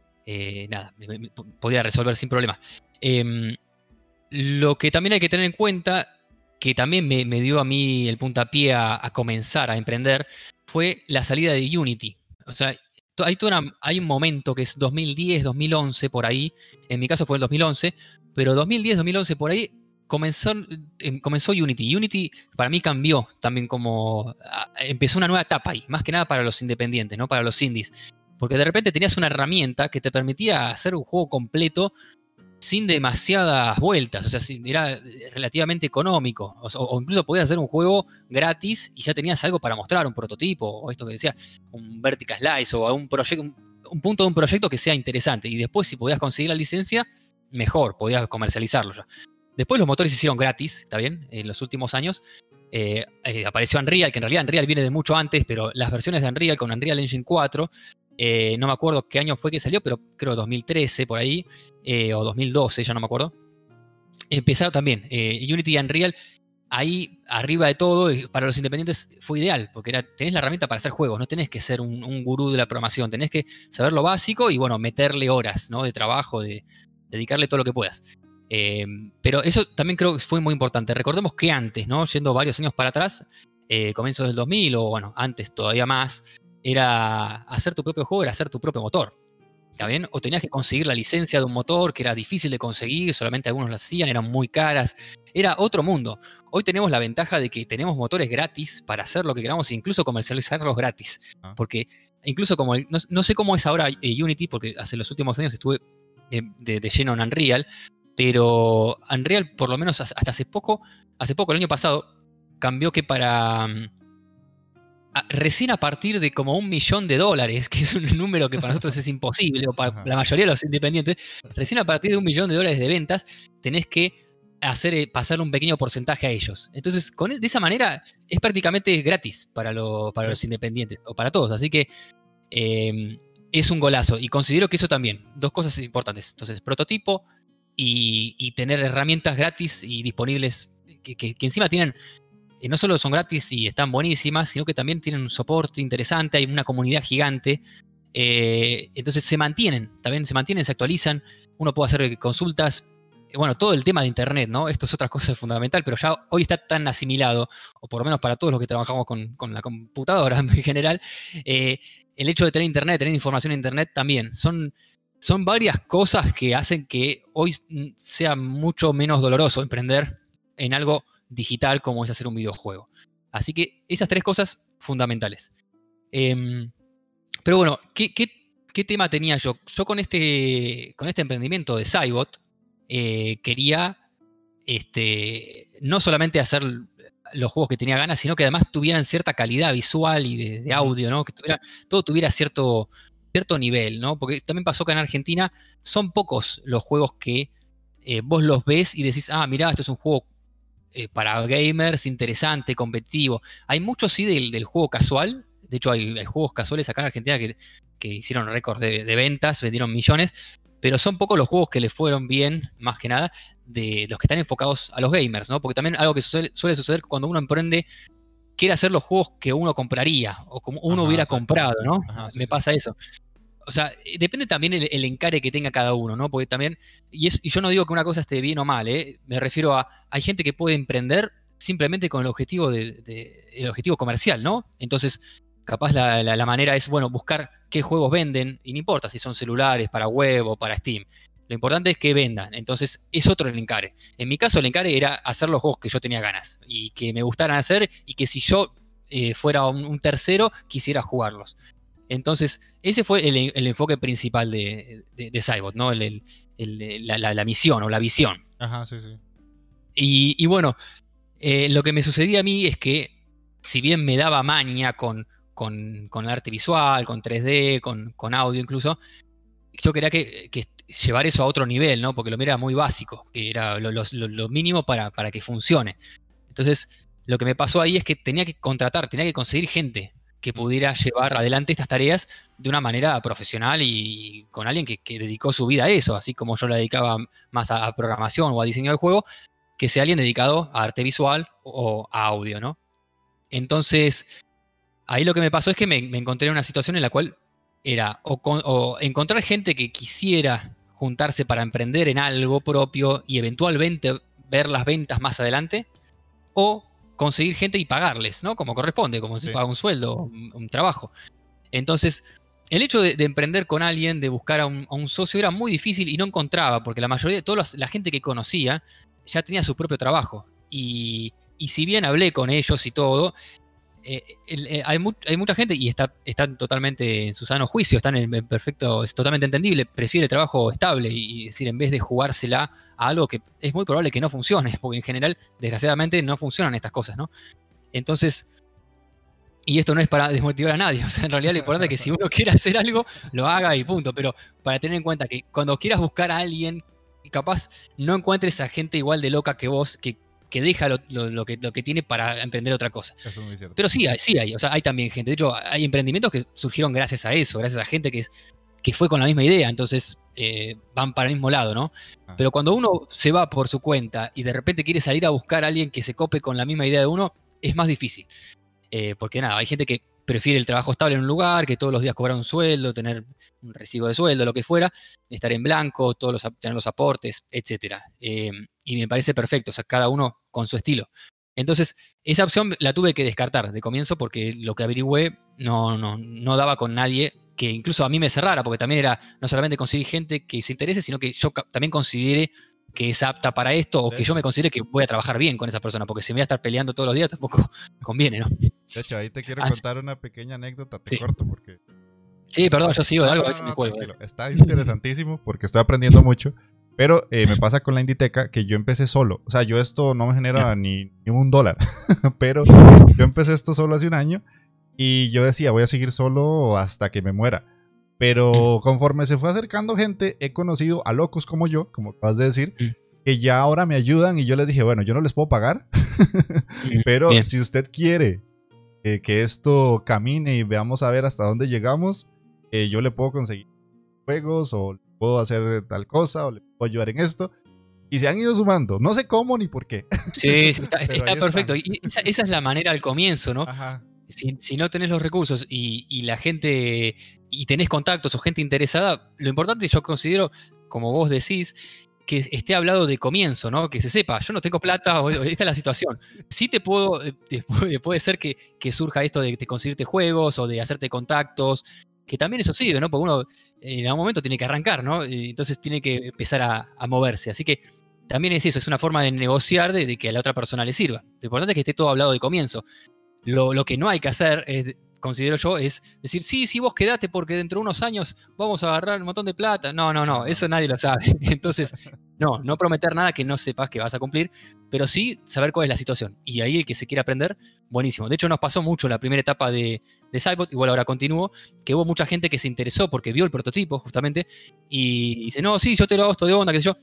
podía resolver sin problema. Lo que también hay que tener en cuenta, que también me dio a mí el puntapié a comenzar a emprender, fue la salida de Unity. O sea, hay un momento que es 2010, 2011, por ahí. En mi caso fue el 2011, pero 2010, 2011, por ahí comenzó Unity. Unity para mí cambió también empezó una nueva etapa ahí, más que nada para los independientes, ¿no? Para los indies. Porque de repente tenías una herramienta que te permitía hacer un juego completo sin demasiadas vueltas, o sea, era relativamente económico, o incluso podías hacer un juego gratis y ya tenías algo para mostrar, un prototipo, o esto que decía, un vertical slice, o un punto de un proyecto que sea interesante, y después si podías conseguir la licencia, mejor, podías comercializarlo ya. Después los motores se hicieron gratis, ¿está bien? En los últimos años apareció Unreal, que en realidad Unreal viene de mucho antes, pero las versiones de Unreal con Unreal Engine 4, no me acuerdo qué año fue que salió, pero creo 2013 por ahí, o 2012, ya no me acuerdo. Empezaron también. Unity y Unreal, ahí arriba de todo, para los independientes fue ideal, porque tenés la herramienta para hacer juegos, no tenés que ser un gurú de la programación, tenés que saber lo básico y bueno, meterle horas, ¿no? De trabajo, de dedicarle todo lo que puedas. Pero eso también creo que fue muy importante. Recordemos que antes, ¿no? Yendo varios años para atrás, comienzos del 2000 o bueno, antes todavía más, era hacer tu propio juego, era hacer tu propio motor. ¿Está bien? O tenías que conseguir la licencia de un motor que era difícil de conseguir, solamente algunos lo hacían, eran muy caras. Era otro mundo. Hoy tenemos la ventaja de que tenemos motores gratis para hacer lo que queramos e incluso comercializarlos gratis. Porque incluso como, no sé cómo es ahora Unity, porque hace los últimos años estuve de lleno en Unreal, pero Unreal por lo menos hasta hace poco, el año pasado, cambió que recién a partir de como $1 millón, que es un número que para nosotros es imposible, o para la mayoría de los independientes, recién a partir de $1 millón de ventas, tenés que pasarle un pequeño porcentaje a ellos. Entonces, de esa manera, es prácticamente gratis para los independientes, o para todos. Así que es un golazo. Y considero que eso también, dos cosas importantes. Entonces, prototipo y tener herramientas gratis y disponibles que encima tienen... no solo son gratis y están buenísimas, sino que también tienen un soporte interesante, hay una comunidad gigante. Entonces se mantienen, se actualizan, uno puede hacer consultas. Bueno, todo el tema de internet, ¿no? Esto es otra cosa fundamental, pero ya hoy está tan asimilado, o por lo menos para todos los que trabajamos con la computadora en general, el hecho de tener internet, tener información en internet también. Son varias cosas que hacen que hoy sea mucho menos doloroso emprender en algo digital como es hacer un videojuego. Así que esas tres cosas fundamentales. Pero bueno, ¿qué tema tenía yo? Yo con este emprendimiento de Cybot quería no solamente hacer los juegos que tenía ganas, sino que además tuvieran cierta calidad visual y de audio, ¿no? Que todo tuviera cierto nivel, ¿no? Porque también pasó que en Argentina son pocos los juegos que vos los ves y decís, mirá, esto es un juego para gamers interesante, competitivo. Hay muchos sí del juego casual. De hecho, hay juegos casuales acá en Argentina que hicieron récords de ventas, vendieron millones, pero son pocos los juegos que les fueron bien, más que nada, de los que están enfocados a los gamers, ¿no? Porque también algo que suele suceder cuando uno emprende, quiere hacer los juegos que uno compraría, o como uno hubiera comprado, ¿no? Me pasa eso. O sea, depende también el encare que tenga cada uno, ¿no? Porque también, y yo no digo que una cosa esté bien o mal, me refiero hay gente que puede emprender simplemente con el objetivo el objetivo comercial, ¿no? Entonces, capaz la manera es, bueno, buscar qué juegos venden, y no importa si son celulares, para web o para Steam. Lo importante es que vendan, entonces es otro el encare. En mi caso el encare era hacer los juegos que yo tenía ganas, y que me gustaran hacer, y que si yo fuera un tercero, quisiera jugarlos. Entonces, ese fue el enfoque principal de Saibot, ¿no? La misión o la visión. Ajá, sí, sí. Y bueno, lo que me sucedía a mí es que, si bien me daba maña con arte visual, con 3D, con audio incluso, yo quería que llevar eso a otro nivel, ¿no? Porque lo mío era muy básico, que era lo mínimo para que funcione. Entonces, lo que me pasó ahí es que tenía que conseguir gente que pudiera llevar adelante estas tareas de una manera profesional y con alguien que dedicó su vida a eso, así como yo la dedicaba más a programación o a diseño de juego, que sea alguien dedicado a arte visual o a audio, ¿no? Entonces, ahí lo que me pasó es que me encontré en una situación en la cual era o encontrar gente que quisiera juntarse para emprender en algo propio y eventualmente ver las ventas más adelante, o conseguir gente y pagarles, ¿no? Como corresponde, como se paga un sueldo, un trabajo. Entonces, el hecho de emprender con alguien, de buscar a un socio, era muy difícil y no encontraba, porque la mayoría de toda la gente que conocía ya tenía su propio trabajo. Y si bien hablé con ellos y todo, hay mucha gente, y están totalmente en su sano juicio, están en perfecto, es totalmente entendible, prefiere trabajo estable y decir, en vez de jugársela a algo que es muy probable que no funcione, porque en general, desgraciadamente, no funcionan estas cosas, ¿no? Entonces, y esto no es para desmotivar a nadie, o sea, en realidad lo importante es que si uno quiere hacer algo, lo haga y punto, pero para tener en cuenta que cuando quieras buscar a alguien, capaz no encuentres a gente igual de loca que vos, que deja lo que tiene para emprender otra cosa. Eso es muy cierto. Pero sí hay, o sea, hay también gente. De hecho, hay emprendimientos que surgieron gracias a eso, gracias a gente que fue con la misma idea, entonces van para el mismo lado, ¿no? Pero cuando uno se va por su cuenta y de repente quiere salir a buscar a alguien que se cope con la misma idea de uno, es más difícil. Porque nada, hay gente que prefiere el trabajo estable en un lugar, que todos los días cobrar un sueldo, tener un recibo de sueldo, lo que fuera, estar en blanco, tener los aportes, etc. Y me parece perfecto, o sea, cada uno con su estilo. Entonces, esa opción la tuve que descartar de comienzo porque lo que averigüé no daba con nadie que incluso a mí me cerrara, porque también era no solamente conseguir gente que se interese, sino que yo también considere que es apta para esto, o que yo me considere que voy a trabajar bien con esa persona, porque si me voy a estar peleando todos los días tampoco conviene, ¿no? De hecho, ahí te quiero contar una pequeña anécdota, te corto porque... Sí, perdón, yo sigo de algo, a veces me cuelgo. Está interesantísimo porque estoy aprendiendo mucho, pero me pasa con la Inditeca que yo empecé solo. O sea, yo esto no me genera ni $1, pero yo empecé esto solo hace un año y yo decía, voy a seguir solo hasta que me muera. Pero conforme se fue acercando gente, he conocido a locos como yo, como acabas de decir, que ya ahora me ayudan y yo les dije, bueno, yo no les puedo pagar, pero si usted quiere que esto camine y veamos a ver hasta dónde llegamos, yo le puedo conseguir juegos o puedo hacer tal cosa o le puedo ayudar en esto. Y se han ido sumando, no sé cómo ni por qué. Sí, está perfecto. Y esa es la manera al comienzo, ¿no? Ajá. Si no tenés los recursos y la gente, y tenés contactos o gente interesada, lo importante yo considero, como vos decís, que esté hablado de comienzo, ¿no? Que se sepa, yo no tengo plata, o esta es la situación. Sí puede ser que surja esto de conseguirte juegos o de hacerte contactos, que también eso sirve, ¿no? Porque uno en algún momento tiene que arrancar, ¿no? Entonces tiene que empezar a moverse. Así que también es eso, es una forma de negociar de que a la otra persona le sirva. Lo importante es que esté todo hablado de comienzo. Lo que no hay que hacer, considero yo, es decir, sí, vos quedate porque dentro de unos años vamos a agarrar un montón de plata. No, eso nadie lo sabe. Entonces, no prometer nada que no sepas que vas a cumplir, pero sí saber cuál es la situación. Y ahí el que se quiera aprender, buenísimo. De hecho, nos pasó mucho la primera etapa de Cybot, igual ahora continúo, que hubo mucha gente que se interesó porque vio el prototipo, justamente, y dice, no, sí, yo te lo hago esto de onda, qué sé yo.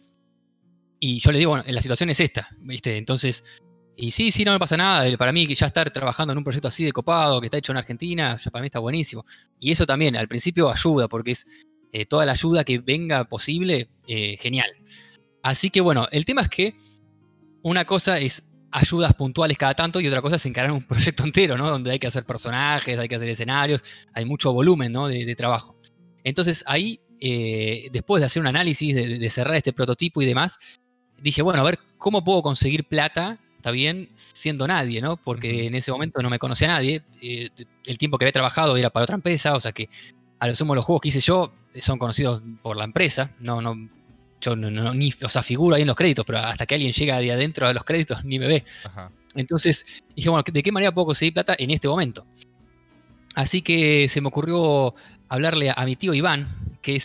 Y yo le digo, bueno, la situación es esta, ¿viste? Entonces, y sí, no me pasa nada. Para mí, que ya estar trabajando en un proyecto así de copado, que está hecho en Argentina, ya para mí está buenísimo. Y eso también, al principio ayuda, porque es toda la ayuda que venga posible, genial. Así que bueno, el tema es que una cosa es ayudas puntuales cada tanto y otra cosa es encarar un proyecto entero, ¿no? Donde hay que hacer personajes, hay que hacer escenarios, hay mucho volumen, ¿no? de trabajo. Entonces ahí, después de hacer un análisis, de cerrar este prototipo y demás, dije, bueno, a ver, ¿cómo puedo conseguir plata, está bien, siendo nadie, ¿no? Porque en ese momento no me conocía a nadie. El tiempo que había trabajado era para otra empresa, o sea que a lo sumo los juegos que hice yo son conocidos por la empresa, yo ni, o sea, figuro ahí en los créditos, pero hasta que alguien llega de adentro de los créditos ni me ve. Ajá. Entonces dije, bueno, ¿de qué manera puedo conseguir plata en este momento? Así que se me ocurrió hablarle a mi tío Iván, que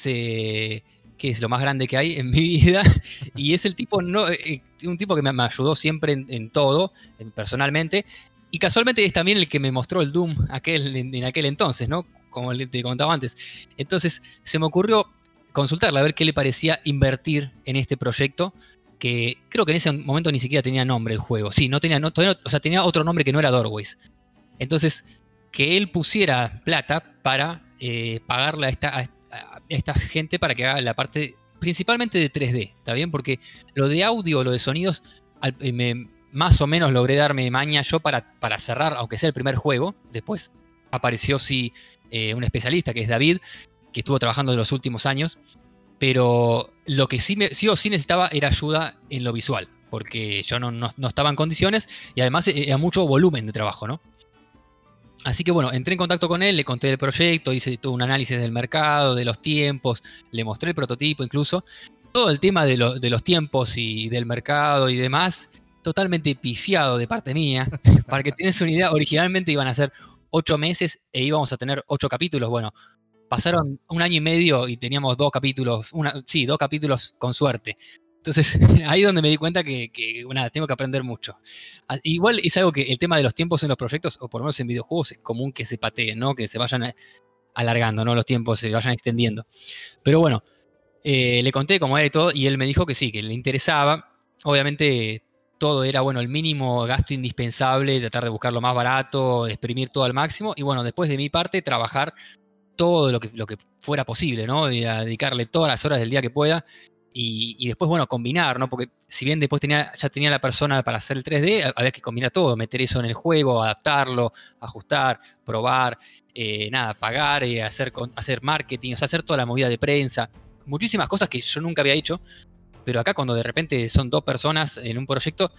es lo más grande que hay en mi vida, y es el tipo, un tipo que me ayudó siempre en todo, personalmente, y casualmente es también el que me mostró el Doom en aquel entonces, ¿no? Como te contaba antes. Entonces se me ocurrió consultarle a ver qué le parecía invertir en este proyecto, que creo que en ese momento ni siquiera tenía nombre el juego. Sí, tenía otro nombre que no era Doorways. Entonces, que él pusiera plata para pagarle a esta gente para que haga la parte principalmente de 3D, ¿está bien? Porque lo de audio, lo de sonidos, más o menos logré darme maña yo para cerrar, aunque sea el primer juego. Después apareció un especialista que es David, que estuvo trabajando en los últimos años, pero lo que sí o sí necesitaba era ayuda en lo visual, porque yo no estaba en condiciones y además era mucho volumen de trabajo, ¿no? Así que bueno, entré en contacto con él, le conté el proyecto, hice todo un análisis del mercado, de los tiempos, le mostré el prototipo incluso. Todo el tema de los tiempos y del mercado y demás, totalmente pifiado de parte mía. Para que tengas una idea, originalmente iban a ser 8 meses e íbamos a tener 8 capítulos. Bueno, pasaron 1 año y medio y teníamos 2 capítulos, 2 capítulos con suerte. Entonces, ahí es donde me di cuenta que nada, tengo que aprender mucho. Igual es algo que el tema de los tiempos en los proyectos, o por lo menos en videojuegos, es común que se pateen, ¿no? Que se vayan alargando, ¿no? Los tiempos se vayan extendiendo. Pero bueno, le conté cómo era y todo, y él me dijo que sí, que le interesaba. Obviamente, todo era, bueno, el mínimo gasto indispensable, tratar de buscar lo más barato, exprimir todo al máximo, y bueno, después de mi parte, trabajar todo lo que fuera posible, ¿no? Y a dedicarle todas las horas del día que pueda. Y después, bueno, combinar, ¿no? Porque si bien después ya tenía la persona para hacer el 3D, había que combinar todo, meter eso en el juego, adaptarlo, ajustar, probar, pagar, hacer marketing, o sea, hacer toda la movida de prensa. Muchísimas cosas que yo nunca había hecho, pero acá cuando de repente son 2 personas en un proyecto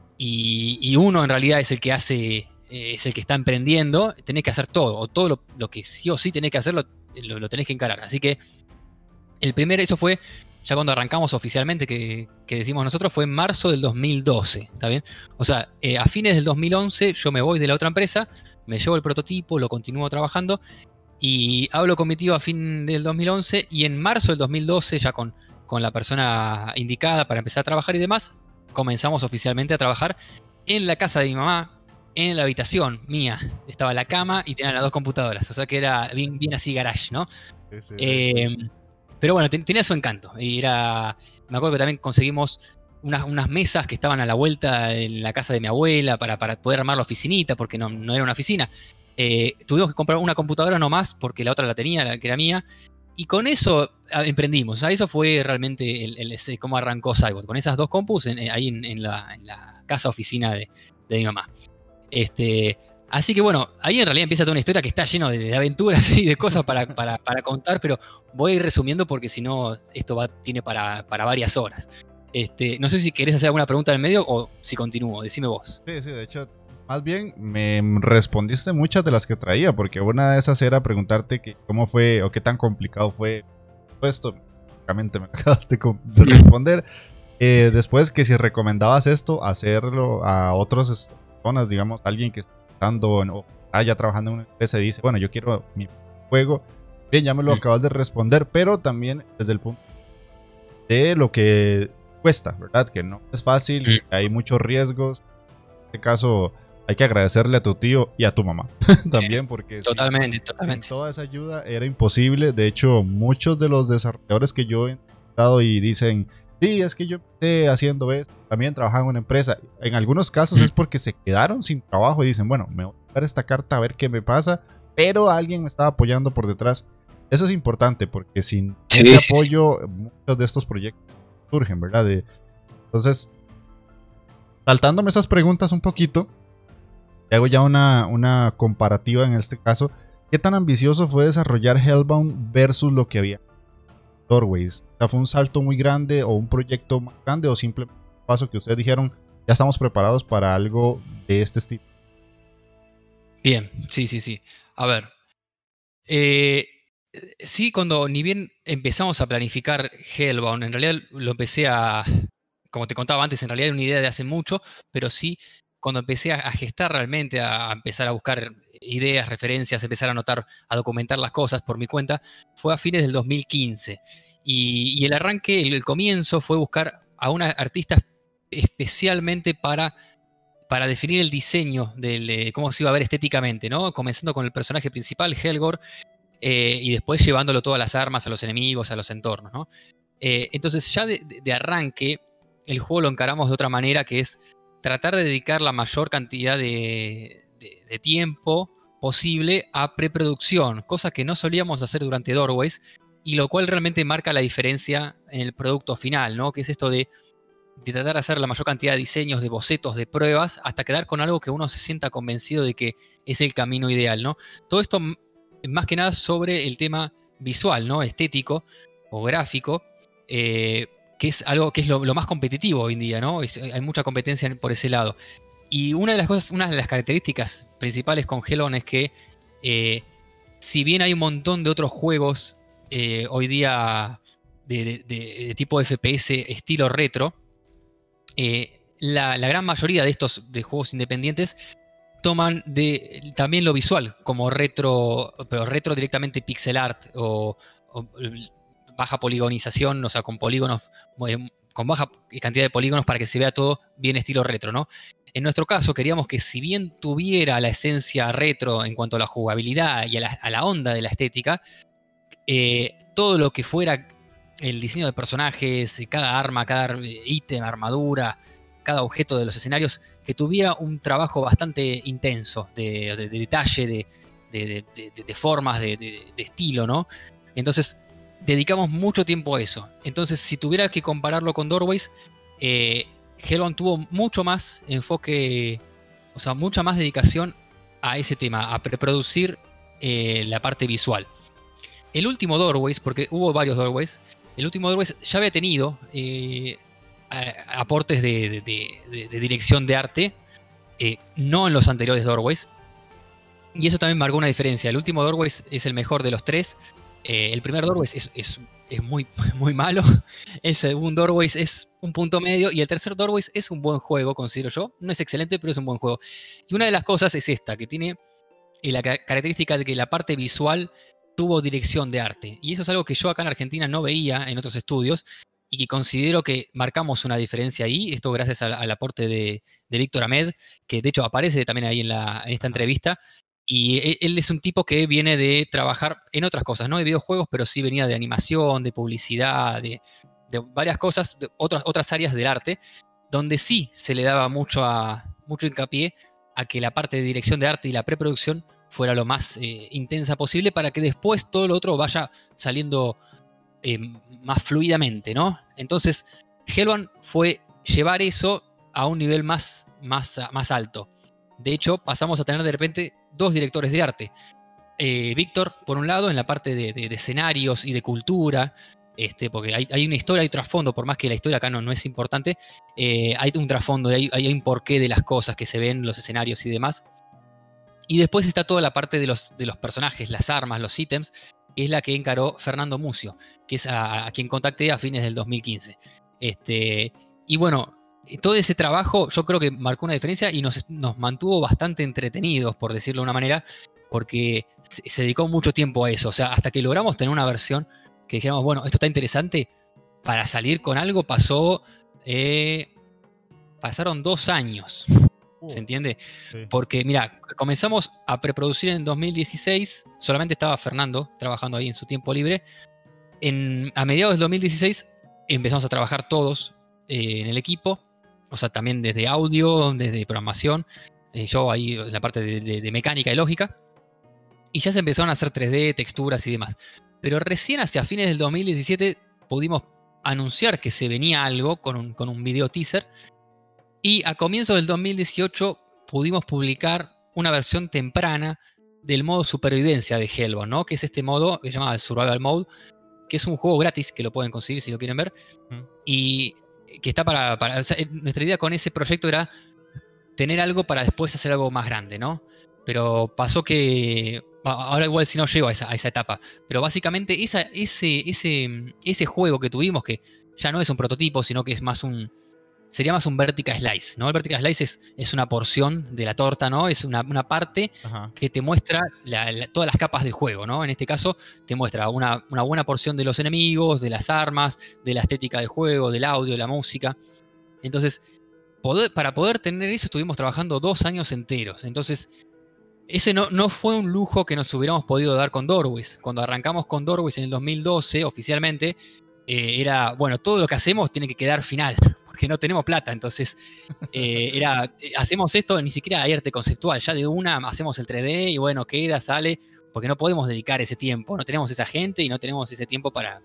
y uno en realidad es el que hace, es el que está emprendiendo, tenés que hacer todo, o todo lo que sí o sí tenés que hacer, lo tenés que encarar. Así que eso fue... Ya cuando arrancamos oficialmente, que decimos nosotros, fue en marzo del 2012, ¿está bien? O sea, a fines del 2011 yo me voy de la otra empresa, me llevo el prototipo, lo continúo trabajando y hablo con mi tío a fin del 2011 y en marzo del 2012, ya con la persona indicada para empezar a trabajar y demás, comenzamos oficialmente a trabajar en la casa de mi mamá, en la habitación mía. Estaba la cama y tenían las 2 computadoras, o sea que era bien así garage, ¿no? Sí. Pero bueno, tenía su encanto. Me acuerdo que también conseguimos unas mesas que estaban a la vuelta en la casa de mi abuela para poder armar la oficinita, porque no era una oficina. Tuvimos que comprar una computadora nomás, porque la otra la tenía, que era mía. Y con eso emprendimos. O sea, eso fue realmente cómo arrancó Cybot. Con esas 2 compus ahí en la casa oficina de mi mamá. Así que bueno, ahí en realidad empieza toda una historia que está lleno de aventuras y de cosas para contar, pero voy a ir resumiendo porque si no, esto tiene para varias horas. No sé si querés hacer alguna pregunta en el medio o si continúo, decime vos. Sí, de hecho, más bien me respondiste muchas de las que traía, porque una de esas era preguntarte cómo fue o qué tan complicado fue esto. Básicamente me acabaste de responder. Después que si recomendabas esto, hacerlo a otras personas, digamos, alguien que ya trabajando en una empresa y dice, bueno, yo quiero mi juego. Bien, ya me lo acabas de responder, pero también desde el punto de lo que cuesta, ¿verdad? Que no es fácil, hay muchos riesgos. En este caso hay que agradecerle a tu tío y a tu mamá también, porque totalmente. sin toda esa ayuda era imposible. De hecho, muchos de los desarrolladores que yo he entrevistado y dicen, sí, es que yo empecé haciendo esto, también trabajaba en una empresa. En algunos casos es porque se quedaron sin trabajo y dicen, bueno, me voy a dar esta carta a ver qué me pasa, pero alguien me estaba apoyando por detrás. Eso es importante porque sin ese apoyo muchos de estos proyectos surgen, ¿verdad? Entonces, saltándome esas preguntas un poquito, hago ya una comparativa en este caso. ¿Qué tan ambicioso fue desarrollar Hellbound versus lo que había Doorways? O sea, ¿fue un salto muy grande o un proyecto más grande o simplemente un paso que ustedes dijeron, ya estamos preparados para algo de este estilo? Bien, sí. A ver, sí, cuando ni bien empezamos a planificar Hellbound, en realidad lo empecé como te contaba antes, en realidad era una idea de hace mucho, pero sí, cuando empecé a gestar realmente, a empezar a buscar ideas, referencias, empezar a anotar, a documentar las cosas por mi cuenta, fue a fines del 2015. Y el arranque, el comienzo fue buscar a una artista especialmente para definir el diseño de cómo se iba a ver estéticamente, ¿no? Comenzando con el personaje principal, Helgor, y después llevándolo todas las armas a los enemigos, a los entornos, ¿no? Entonces ya de arranque el juego lo encaramos de otra manera, que es tratar de dedicar la mayor cantidad de tiempo posible a preproducción, cosa que no solíamos hacer durante Doorways, y lo cual realmente marca la diferencia en el producto final, ¿no? Que es esto de tratar de hacer la mayor cantidad de diseños, de bocetos, de pruebas, hasta quedar con algo que uno se sienta convencido de que es el camino ideal, ¿no? Todo esto más que nada sobre el tema visual, ¿no? Estético o gráfico, que es algo que es lo más competitivo hoy en día, ¿no? Hay mucha competencia por ese lado. Y una de las características principales con Hellbound es que si bien hay un montón de otros juegos hoy día de tipo FPS estilo retro, la gran mayoría de estos de juegos independientes toman también lo visual como retro, pero retro directamente pixel art o baja poligonización, o sea, con polígonos, con baja cantidad de polígonos para que se vea todo bien estilo retro, ¿no? En nuestro caso queríamos que si bien tuviera la esencia retro en cuanto a la jugabilidad y a la onda de la estética, todo lo que fuera el diseño de personajes, cada arma, cada ítem, armadura, cada objeto de los escenarios, que tuviera un trabajo bastante intenso de detalle, de formas, de estilo, ¿no? Entonces, dedicamos mucho tiempo a eso. Entonces, si tuviera que compararlo con Doorways, Hellbound tuvo mucho más enfoque, o sea, mucha más dedicación a ese tema, a preproducir la parte visual. El último Doorways, porque hubo varios Doorways, el último Doorways ya había tenido aportes de dirección de arte, no en los anteriores Doorways, y eso también marcó una diferencia. El último Doorways es el mejor de los tres. El primer Doorways es muy, muy malo, el segundo Doorways es un punto medio, y el tercer Doorways es un buen juego, considero yo. No es excelente, pero es un buen juego. Y una de las cosas es esta, que tiene la característica de que la parte visual tuvo dirección de arte. Y eso es algo que yo acá en Argentina no veía en otros estudios y que considero que marcamos una diferencia ahí. Esto gracias al aporte de Víctor Ahmed, que de hecho aparece también ahí en esta entrevista. Y él es un tipo que viene de trabajar en otras cosas, no de videojuegos, pero sí venía de animación, de publicidad, de varias cosas, de otras áreas del arte, donde sí se le daba mucho hincapié a que la parte de dirección de arte y la preproducción fuera lo más intensa posible para que después todo lo otro vaya saliendo más fluidamente, ¿no? Entonces, Hellbound fue llevar eso a un nivel más alto. De hecho, pasamos a tener de repente dos directores de arte. Víctor, por un lado, en la parte de escenarios y de cultura, porque hay una historia, hay un trasfondo, por más que la historia acá no es importante, hay un trasfondo, hay un porqué de las cosas que se ven, los escenarios y demás. Y después está toda la parte de los personajes, las armas, los ítems, que es la que encaró Fernando Mucio, que es a quien contacté a fines del 2015. Y bueno, todo ese trabajo yo creo que marcó una diferencia y nos mantuvo bastante entretenidos, por decirlo de una manera, porque se dedicó mucho tiempo a eso. O sea, hasta que logramos tener una versión que dijéramos, bueno, esto está interesante, para salir con algo pasó pasaron 2 años. ¿Se entiende? Sí. Porque, mira, comenzamos a preproducir en 2016. Solamente estaba Fernando trabajando ahí en su tiempo libre. A mediados del 2016 empezamos a trabajar todos en el equipo. O sea, también desde audio, desde programación. Yo ahí en la parte de mecánica y lógica. Y ya se empezaron a hacer 3D, texturas y demás. Pero recién hacia fines del 2017 pudimos anunciar que se venía algo con un video teaser. Y a comienzos del 2018 pudimos publicar una versión temprana del modo supervivencia de Hellbound, ¿no? Que es este modo que se llama Survival Mode, que es un juego gratis que lo pueden conseguir si lo quieren ver. Y que está o sea, nuestra idea con ese proyecto era tener algo para después hacer algo más grande, ¿no? Pero pasó que... Ahora igual si no llego a esa etapa. Pero básicamente ese juego que tuvimos, que ya no es un prototipo, sino que es más sería más un vertical slice, ¿no? El vertical slice es una porción de la torta, ¿no? Es una parte que te muestra todas las capas del juego, ¿no? En este caso te muestra una buena porción de los enemigos, de las armas, de la estética del juego, del audio, de la música. Entonces, para poder tener eso estuvimos trabajando 2 años enteros. Entonces, ese no fue un lujo que nos hubiéramos podido dar con Dorwis. Cuando arrancamos con Dorwis en el 2012, oficialmente, era, bueno, todo lo que hacemos tiene que quedar final, porque no tenemos plata. Entonces, hacemos esto, ni siquiera hay arte conceptual, ya de una hacemos el 3D y bueno, queda, sale, porque no podemos dedicar ese tiempo, no tenemos esa gente y no tenemos ese tiempo para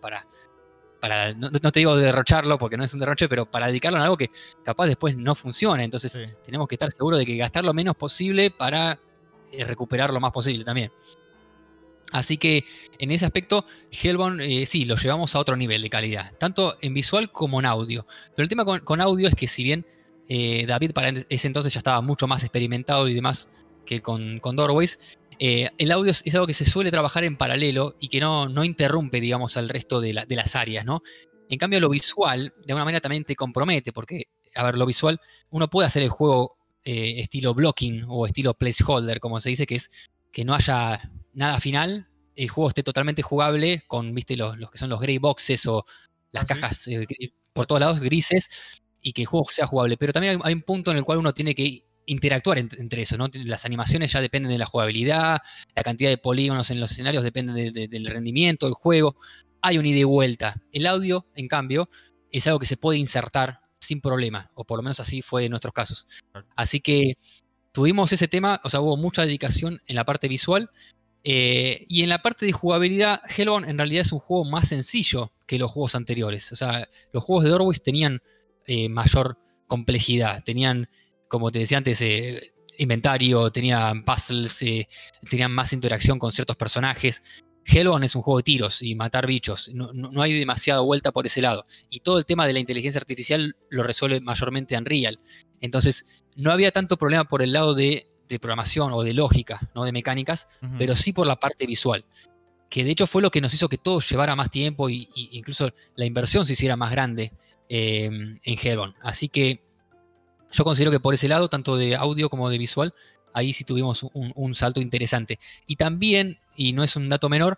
no te digo derrocharlo, porque no es un derroche, pero para dedicarlo a algo que capaz después no funcione. Entonces, tenemos que estar seguros de que gastar lo menos posible para recuperar lo más posible también. Así que en ese aspecto, Hellbound sí, lo llevamos a otro nivel de calidad, tanto en visual como en audio. Pero el tema con audio es que si bien David para ese entonces ya estaba mucho más experimentado y demás que con Doorways, el audio es algo que se suele trabajar en paralelo y que no interrumpe, digamos, al resto de las áreas, ¿no? En cambio, lo visual, de alguna manera también te compromete, porque, a ver, lo visual, uno puede hacer el juego estilo blocking o estilo placeholder, como se dice, que es que no haya nada final, el juego esté totalmente jugable con, viste, los que son los gray boxes o las cajas por todos lados grises, y que el juego sea jugable. Pero también hay un punto en el cual uno tiene que interactuar entre eso, ¿no? Las animaciones ya dependen de la jugabilidad, la cantidad de polígonos en los escenarios depende del rendimiento del juego. Hay un ida y vuelta. El audio, en cambio, es algo que se puede insertar sin problema, o por lo menos así fue en nuestros casos. Así que tuvimos ese tema, o sea, hubo mucha dedicación en la parte visual, y en la parte de jugabilidad, Hellbound en realidad es un juego más sencillo que los juegos anteriores. O sea, los juegos de Dorwis tenían mayor complejidad, tenían, como te decía antes, inventario, tenían puzzles, tenían más interacción con ciertos personajes. Hellbound es un juego de tiros y matar bichos. No hay demasiada vuelta por ese lado. Y todo el tema de la inteligencia artificial lo resuelve mayormente Unreal. Entonces, no había tanto problema por el lado de programación o de lógica, no de mecánicas, pero sí por la parte visual. Que de hecho fue lo que nos hizo que todo llevara más tiempo y incluso la inversión se hiciera más grande en Hellbound. Así que yo considero que por ese lado, tanto de audio como de visual, ahí sí tuvimos un salto interesante. Y también, y no es un dato menor,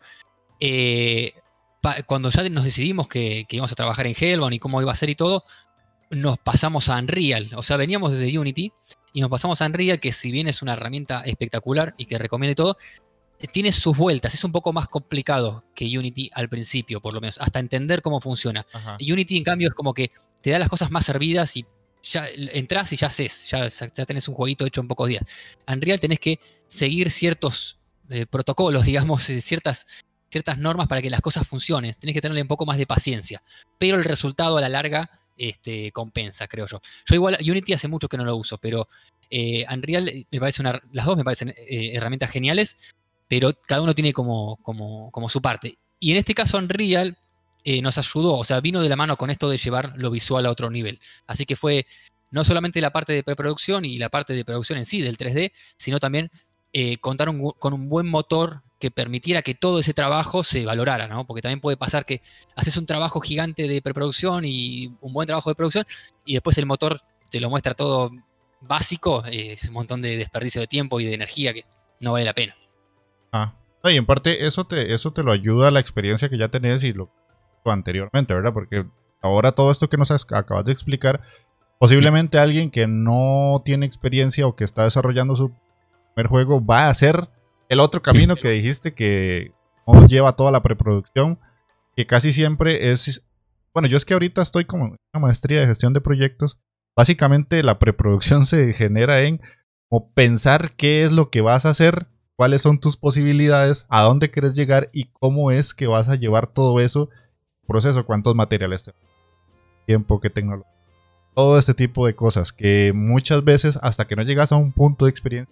cuando ya nos decidimos que íbamos a trabajar en Hellbound y cómo iba a ser y todo, nos pasamos a Unreal. O sea, veníamos desde Unity y nos pasamos a Unreal, que si bien es una herramienta espectacular y que recomiendo todo, tiene sus vueltas. Es un poco más complicado que Unity al principio, por lo menos, hasta entender cómo funciona. Unity, en cambio, es como que te da las cosas más servidas y ya entras y ya haces, ya tenés un jueguito hecho en pocos días. Unreal tenés que seguir ciertos protocolos, digamos, ciertas normas para que las cosas funcionen. Tenés que tenerle un poco más de paciencia. Pero el resultado a la larga compensa, creo yo. Yo igual Unity hace mucho que no lo uso, pero Unreal me parece las dos me parecen herramientas geniales, pero cada uno tiene como su parte. Y en este caso Unreal nos ayudó, o sea, vino de la mano con esto de llevar lo visual a otro nivel. Así que fue no solamente la parte de preproducción y la parte de producción en sí del 3D, sino también contar con un buen motor que permitiera que todo ese trabajo se valorara, ¿no? Porque también puede pasar que haces un trabajo gigante de preproducción y un buen trabajo de producción y después el motor te lo muestra todo básico, es un montón de desperdicio de tiempo y de energía que no vale la pena. Y en parte eso te lo ayuda a la experiencia que ya tenés y lo anteriormente, ¿verdad? Porque ahora todo esto que nos acabas de explicar, posiblemente alguien que no tiene experiencia o que está desarrollando su primer juego va a hacer el otro camino que dijiste, que no lleva toda la preproducción, que casi siempre es... Bueno, yo es que ahorita estoy como en una maestría de gestión de proyectos. Básicamente la preproducción se genera en como pensar qué es lo que vas a hacer, cuáles son tus posibilidades, a dónde quieres llegar y cómo es que vas a llevar todo eso, proceso, cuántos materiales, tiempo, qué tecnología. Todo este tipo de cosas que muchas veces hasta que no llegas a un punto de experiencia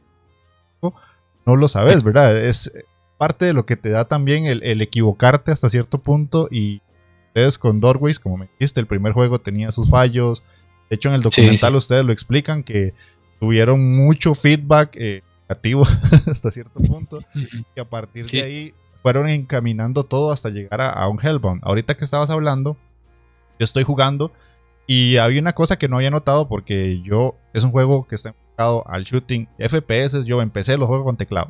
no lo sabes, ¿verdad? Es parte de lo que te da también el equivocarte hasta cierto punto. Y ustedes con Doorways, como me dijiste, el primer juego tenía sus fallos. De hecho, en el documental ustedes lo explican que tuvieron mucho feedback negativo hasta cierto punto. Y a partir de ahí fueron encaminando todo hasta llegar a un Hellbound. Ahorita que estabas hablando, yo estoy jugando y había una cosa que no había notado porque es un juego que está enfocado al shooting, FPS. Yo empecé los juegos con teclado.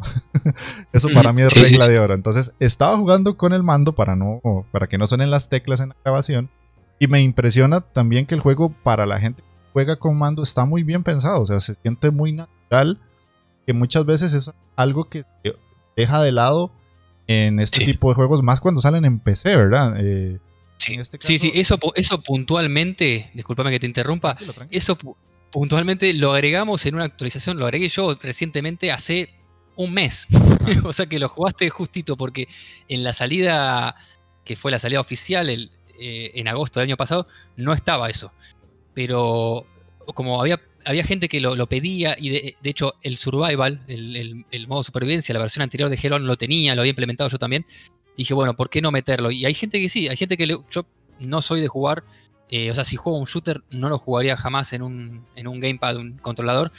Eso para mí es regla de oro. Entonces estaba jugando con el mando para que no suenen las teclas en la grabación. Y me impresiona también que el juego, para la gente que juega con mando, está muy bien pensado. O sea, se siente muy natural, que muchas veces es algo que se deja de lado en este tipo de juegos, más cuando salen en PC, ¿verdad? Sí, este caso, eso puntualmente, discúlpame que te interrumpa, tranquilo. Eso puntualmente lo agregamos en una actualización, lo agregué yo recientemente hace un mes. O sea que lo jugaste justito, porque en la salida, que fue la salida oficial en agosto del año pasado, no estaba eso. Pero como había gente que lo pedía, y de hecho el survival, el modo supervivencia, la versión anterior de Hellbound lo tenía, lo había implementado yo también. Dije, bueno, ¿por qué no meterlo? Y hay gente que sí, hay gente que yo no soy de jugar, o sea, si juego un shooter no lo jugaría jamás en un gamepad, un controlador,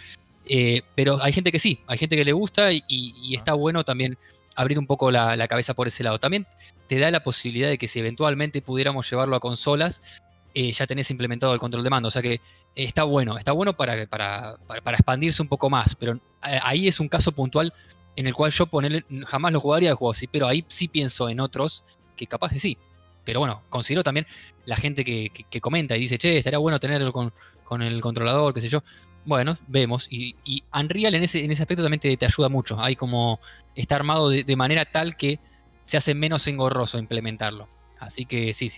pero hay gente que sí, hay gente que le gusta y está bueno también abrir un poco la cabeza por ese lado. También te da la posibilidad de que si eventualmente pudiéramos llevarlo a consolas, ya tenés implementado el control de mando, o sea que está bueno para expandirse un poco más, pero ahí es un caso puntual en el cual yo jamás lo jugaría de juego así, pero ahí sí pienso en otros que capaz de sí. Pero bueno, considero también la gente que comenta y dice, che, estaría bueno tenerlo con el controlador, qué sé yo. Bueno, vemos. Y Unreal en ese aspecto también te ayuda mucho. Hay como, está armado de manera tal que se hace menos engorroso implementarlo. Así que sí.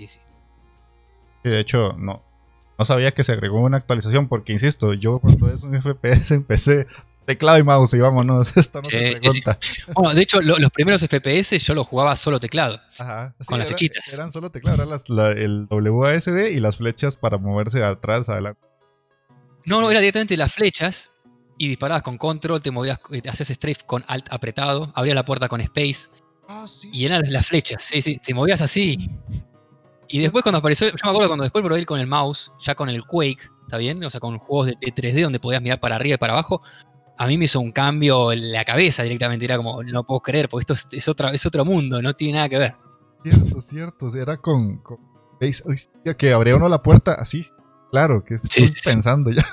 De hecho, no sabía que se agregó una actualización, porque insisto, yo cuando es un FPS empecé teclado y mouse y vámonos, esto no se pregunta. Sí. Bueno, de hecho, los primeros FPS yo los jugaba solo teclado. Ajá, sí, con las flechitas. Eran solo teclado, era el WASD y las flechas para moverse de atrás, adelante. No, era directamente las flechas y disparabas con control, te movías, hacías strafe con alt apretado, abrías la puerta con space. Sí. Y eran las flechas, sí, te movías así. Y después cuando apareció, yo me acuerdo cuando después probé con el mouse, ya con el Quake, ¿está bien? O sea, con juegos de 3D donde podías mirar para arriba y para abajo, a mí me hizo un cambio en la cabeza directamente. Era como, no puedo creer, porque esto es otro mundo, no tiene nada que ver. Cierto, era con que abría uno la puerta así, claro, que estoy pensando ya.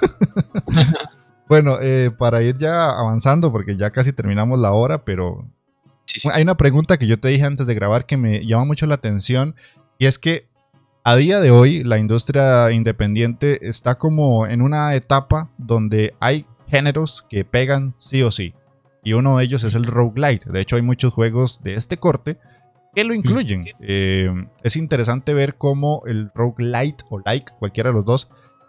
Bueno, para ir ya avanzando, porque ya casi terminamos la hora, pero hay una pregunta que yo te dije antes de grabar que me llama mucho la atención, y es que a día de hoy la industria independiente está como en una etapa donde hay géneros que pegan sí o sí, y uno de ellos es el roguelite. De hecho, hay muchos juegos de este corte que lo incluyen. Es interesante ver cómo el roguelite o like, cualquiera de los dos,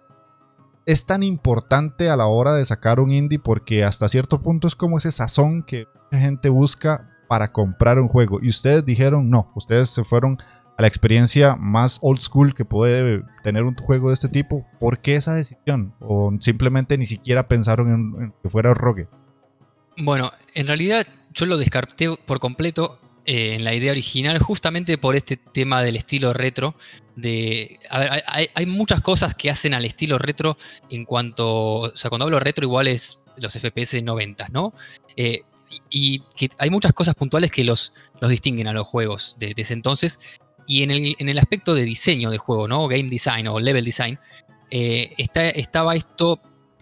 es tan importante a la hora de sacar un indie, porque hasta cierto punto es como ese sazón que la gente busca para comprar un juego. Y ustedes dijeron no, ustedes se fueron a la experiencia más old school que puede tener un juego de este tipo. ¿Por qué esa decisión? ¿O simplemente ni siquiera pensaron en que fuera rogue? Bueno, en realidad yo lo descarté por completo en la idea original, justamente por este tema del estilo retro. A ver, hay muchas cosas que hacen al estilo retro en cuanto... O sea, cuando hablo retro igual es los FPS 90, ¿no? Y que hay muchas cosas puntuales que los distinguen a los juegos de ese entonces. Y en el aspecto de diseño de juego, ¿no? Game design o level design, estaba esto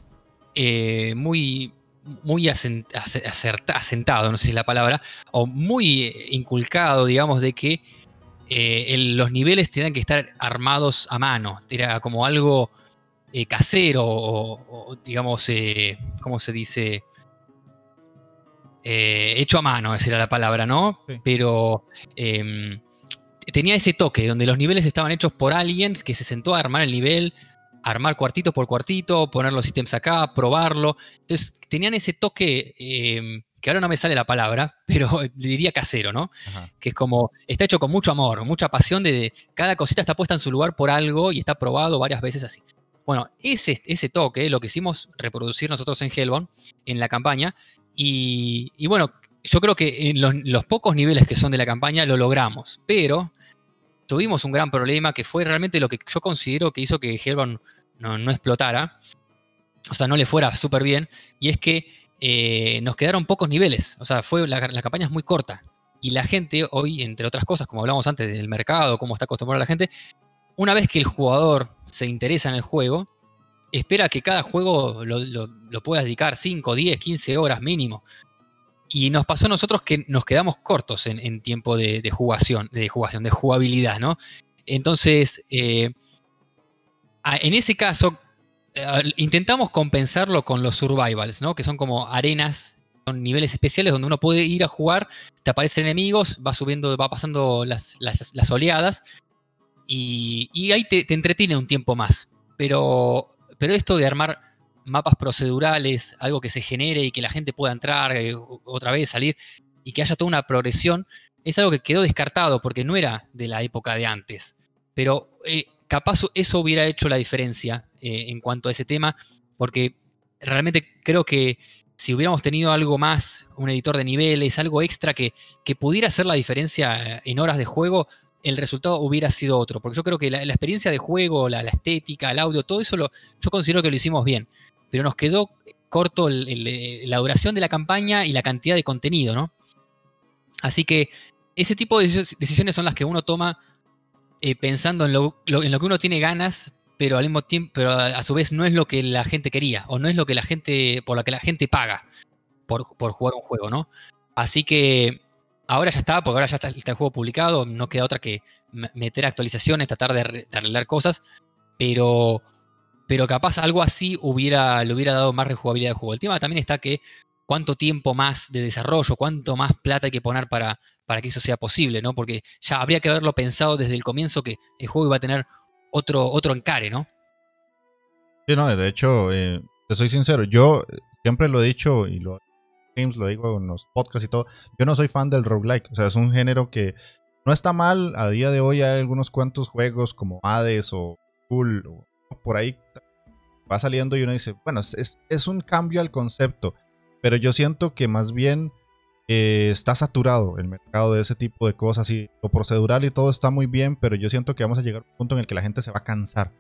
muy asentado, no sé si es la palabra, o muy inculcado, digamos, de que los niveles tenían que estar armados a mano. Era como algo casero o digamos, ¿cómo se dice? Hecho a mano, esa era la palabra, ¿no? Sí. Pero tenía ese toque donde los niveles estaban hechos por alguien que se sentó a armar el nivel, armar cuartito por cuartito, poner los ítems acá, probarlo. Entonces tenían ese toque que ahora no me sale la palabra, pero diría casero, ¿no? Ajá. Que es como, está hecho con mucho amor, mucha pasión, de cada cosita está puesta en su lugar por algo y está probado varias veces así. Bueno, ese toque lo quisimos reproducir nosotros en Hellbound, en la campaña, y bueno, yo creo que en los pocos niveles que son de la campaña lo logramos, pero tuvimos un gran problema que fue realmente lo que yo considero que hizo que Hellbound no explotara, o sea, no le fuera súper bien, y es que nos quedaron pocos niveles, o sea, la campaña es muy corta, y la gente hoy, entre otras cosas, como hablamos antes del mercado, cómo está acostumbrada la gente, una vez que el jugador se interesa en el juego, espera que cada juego lo pueda dedicar 5, 10, 15 horas mínimo. Y nos pasó a nosotros que nos quedamos cortos en tiempo de jugabilidad, ¿no? Entonces, en ese caso, intentamos compensarlo con los survivals, ¿no? Que son como arenas, son niveles especiales donde uno puede ir a jugar, te aparecen enemigos, va pasando las oleadas, y ahí te entretiene un tiempo más. Pero esto de armar mapas procedurales, algo que se genere y que la gente pueda entrar otra vez, salir, y que haya toda una progresión, es algo que quedó descartado porque no era de la época de antes. Pero capaz eso hubiera hecho la diferencia en cuanto a ese tema, porque realmente creo que si hubiéramos tenido algo más, un editor de niveles, algo extra que pudiera hacer la diferencia en horas de juego, el resultado hubiera sido otro. Porque yo creo que la experiencia de juego, la estética, el audio, todo eso yo considero que lo hicimos bien. Pero nos quedó corto la duración de la campaña y la cantidad de contenido, ¿no? Así que ese tipo de decisiones son las que uno toma pensando en lo que uno tiene ganas, pero al mismo tiempo, pero a su vez no es lo que la gente quería, o no es lo que por lo que la gente paga por jugar un juego, ¿no? Así que ahora ya está, porque ahora ya está el juego publicado, no queda otra que meter actualizaciones, tratar de arreglar cosas, pero capaz algo así le hubiera dado más rejugabilidad al juego. El tema también está que cuánto tiempo más de desarrollo, cuánto más plata hay que poner para que eso sea posible, ¿no? Porque ya habría que haberlo pensado desde el comienzo que el juego iba a tener otro encare, ¿no? Sí, no, de hecho, te soy sincero, yo siempre lo he dicho y lo digo en los podcasts y todo, yo no soy fan del roguelike, o sea, es un género que no está mal, a día de hoy hay algunos cuantos juegos como Hades o Cool, o por ahí va saliendo y uno dice, bueno, es un cambio al concepto, pero yo siento que más bien está saturado el mercado de ese tipo de cosas y lo procedural y todo está muy bien, pero yo siento que vamos a llegar a un punto en el que la gente se va a cansar.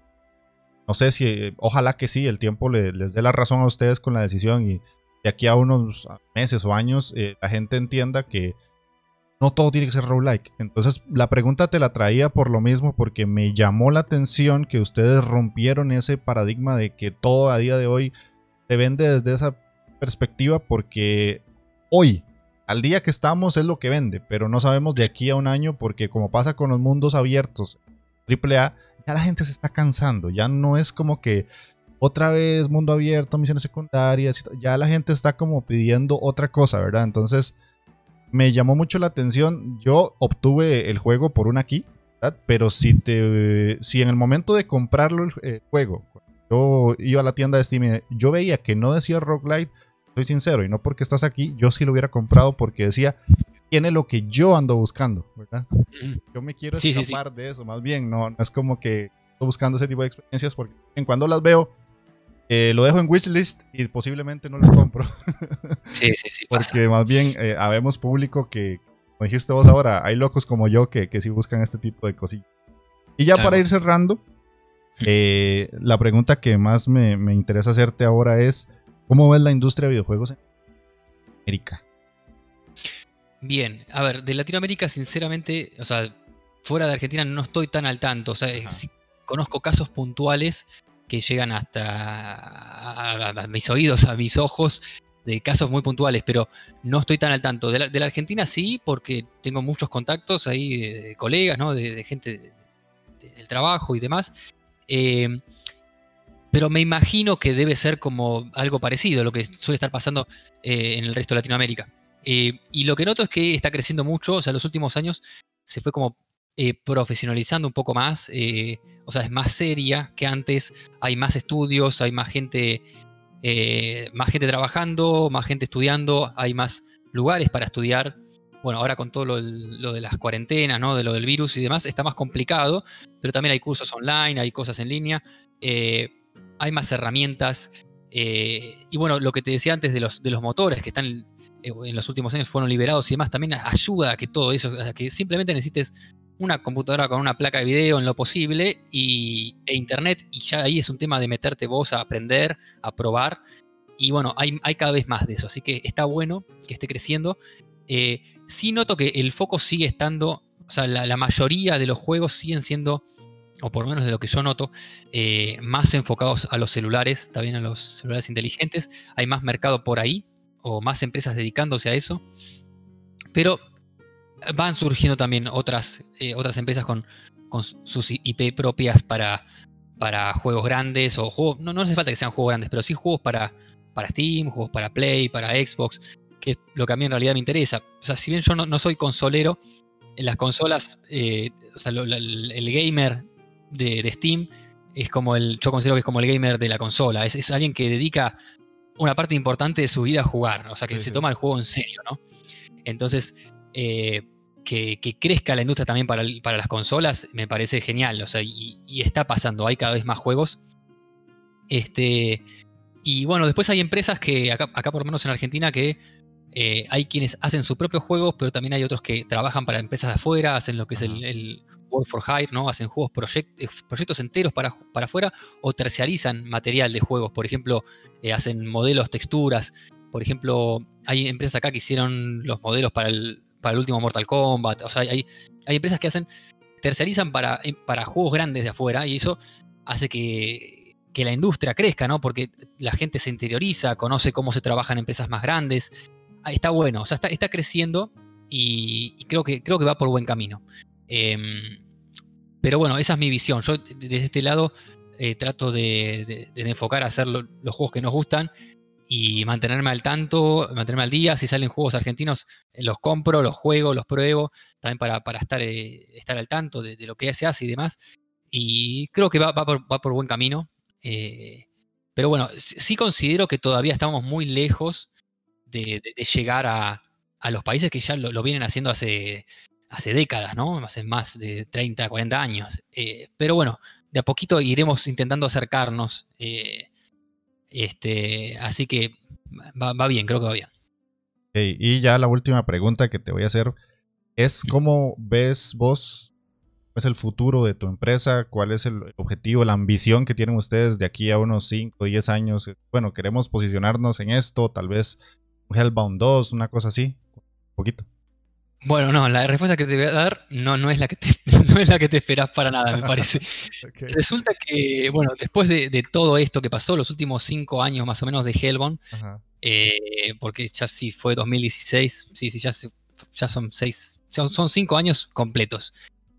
No sé si, ojalá que sí, el tiempo les dé la razón a ustedes con la decisión y de aquí a unos meses o años la gente entienda que no todo tiene que ser roguelike. Entonces la pregunta te la traía por lo mismo, porque me llamó la atención que ustedes rompieron ese paradigma de que todo a día de hoy se vende desde esa perspectiva, porque hoy, al día que estamos, es lo que vende, pero no sabemos de aquí a un año, porque como pasa con los mundos abiertos AAA, ya la gente se está cansando, ya no es como que otra vez mundo abierto, misiones secundarias, ya la gente está como pidiendo otra cosa, ¿verdad? Entonces me llamó mucho la atención. Yo obtuve el juego por una key, ¿verdad? Pero si en el momento de comprarlo el juego, yo iba a la tienda de Steam y yo veía que no decía roguelite, soy sincero, y no porque estás aquí, yo sí lo hubiera comprado porque decía, tiene lo que yo ando buscando, ¿verdad? Yo me quiero escapar de eso, más bien, no es como que estoy buscando ese tipo de experiencias, porque en cuando las veo, lo dejo en wishlist y posiblemente no lo compro. Sí. Porque más bien habemos público que, como dijiste vos ahora, hay locos como yo que sí buscan este tipo de cosillas. Y ya para ir cerrando, la pregunta que más me interesa hacerte ahora es, ¿cómo ves la industria de videojuegos en América? Bien, a ver, de Latinoamérica sinceramente, o sea, fuera de Argentina no estoy tan al tanto, o sea, sí, conozco casos puntuales que llegan hasta a mis oídos, a mis ojos, de casos muy puntuales, pero no estoy tan al tanto. De la Argentina sí, porque tengo muchos contactos ahí de colegas, ¿no? De gente del trabajo y demás. Pero me imagino que debe ser como algo parecido a lo que suele estar pasando en el resto de Latinoamérica. Y lo que noto es que está creciendo mucho, o sea, en los últimos años se fue como profesionalizando un poco más, o sea, es más seria que antes, hay más estudios, hay más gente trabajando, más gente estudiando, hay más lugares para estudiar. Bueno, ahora con todo lo de las cuarentenas, ¿no? De lo del virus y demás, está más complicado, pero también hay cursos online, hay cosas en línea, hay más herramientas. Y bueno, lo que te decía antes de los motores que están en los últimos años fueron liberados y demás, también ayuda a que todo eso, a que simplemente necesites una computadora con una placa de video en lo posible e internet, y ya ahí es un tema de meterte vos a aprender, a probar. Y bueno, hay cada vez más de eso, así que está bueno que esté creciendo. Sí noto que el foco sigue estando, o sea, la mayoría de los juegos siguen siendo, o por lo menos de lo que yo noto, más enfocados a los celulares, también a los celulares inteligentes. Hay más mercado por ahí, o más empresas dedicándose a eso. Pero van surgiendo también otras empresas con sus IP propias para juegos grandes, o juegos, no hace falta que sean juegos grandes, pero sí juegos para Steam, juegos para Play, para Xbox, que es lo que a mí en realidad me interesa. O sea, si bien yo no soy consolero, en las consolas, o sea, el gamer de Steam es como yo considero que es como el gamer de la consola. Es alguien que dedica una parte importante de su vida a jugar, o sea, que se toma el juego en serio, ¿no? Entonces, que crezca la industria también para las consolas me parece genial, o sea, y está pasando, hay cada vez más juegos. Y bueno, después hay empresas que, acá por lo menos en Argentina, que hay quienes hacen sus propios juegos, pero también hay otros que trabajan para empresas de afuera, hacen lo que es el Work for Hire, ¿no? Hacen juegos, proyectos enteros para afuera, o terciarizan material de juegos. Por ejemplo, hacen modelos, texturas. Por ejemplo, hay empresas acá que hicieron los modelos para el último Mortal Kombat. O sea, hay empresas que terciarizan para juegos grandes de afuera, y eso hace que la industria crezca, ¿no? Porque la gente se interioriza, conoce cómo se trabaja en empresas más grandes. Está bueno, o sea, está creciendo, y creo que va por buen camino. Pero bueno, esa es mi visión. Yo desde este lado trato de enfocar a hacer los juegos que nos gustan y mantenerme al tanto, mantenerme al día. Si salen juegos argentinos, los compro, los juego, los pruebo, también para estar al tanto de lo que se hace y demás. Y creo que va por buen camino. Pero bueno, sí considero que todavía estamos muy lejos de llegar a los países que ya lo vienen haciendo hace décadas, ¿no? Hace más de 30, 40 años. Pero bueno, de a poquito iremos intentando acercarnos. Así que va bien, creo que va bien. Okay, y ya la última pregunta que te voy a hacer es: ¿cómo ves vos? ¿Cuál es el futuro de tu empresa? ¿Cuál es el objetivo, la ambición que tienen ustedes de aquí a unos 5 o 10 años? Bueno, queremos posicionarnos en esto, tal vez Hellbound 2, una cosa así, un poquito. Bueno, no, la respuesta que te voy a dar no es la que te esperás para nada, me parece. Okay. Resulta que, bueno, después de todo esto que pasó, los últimos 5 años más o menos de Hellbound, porque ya sí fue 2016, sí, ya son 5 años completos.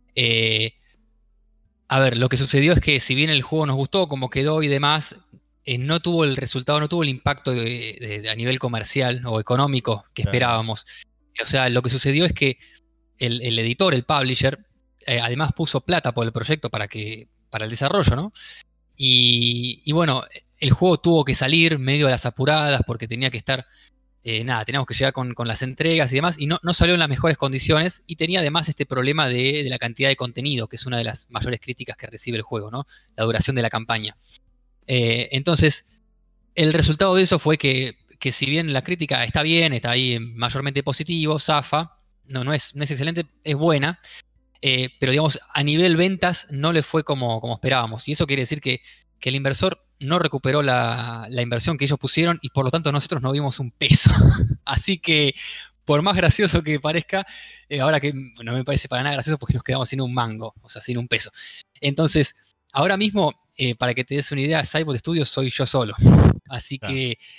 A ver, lo que sucedió es que, si bien el juego nos gustó, como quedó y demás, no tuvo el resultado, no tuvo el impacto a nivel comercial o económico que esperábamos. O sea, lo que sucedió es que el editor, el publisher, además puso plata por el proyecto para el desarrollo, ¿no? Y bueno, el juego tuvo que salir medio a las apuradas porque tenía que estar, teníamos que llegar con las entregas y demás, y no salió en las mejores condiciones, y tenía además este problema de la cantidad de contenido, que es una de las mayores críticas que recibe el juego, ¿no? La duración de la campaña. Entonces, el resultado de eso fue que si bien la crítica está bien, está ahí mayormente positivo, zafa, no es excelente, es buena, pero digamos, a nivel ventas no le fue como esperábamos. Y eso quiere decir que el inversor no recuperó la inversión que ellos pusieron, y por lo tanto nosotros no vimos un peso. Así que, por más gracioso que parezca, ahora que no me parece para nada gracioso, porque nos quedamos sin un mango, o sea, sin un peso. Entonces, ahora mismo, para que te des una idea, Cyborg Studios soy yo solo. Así que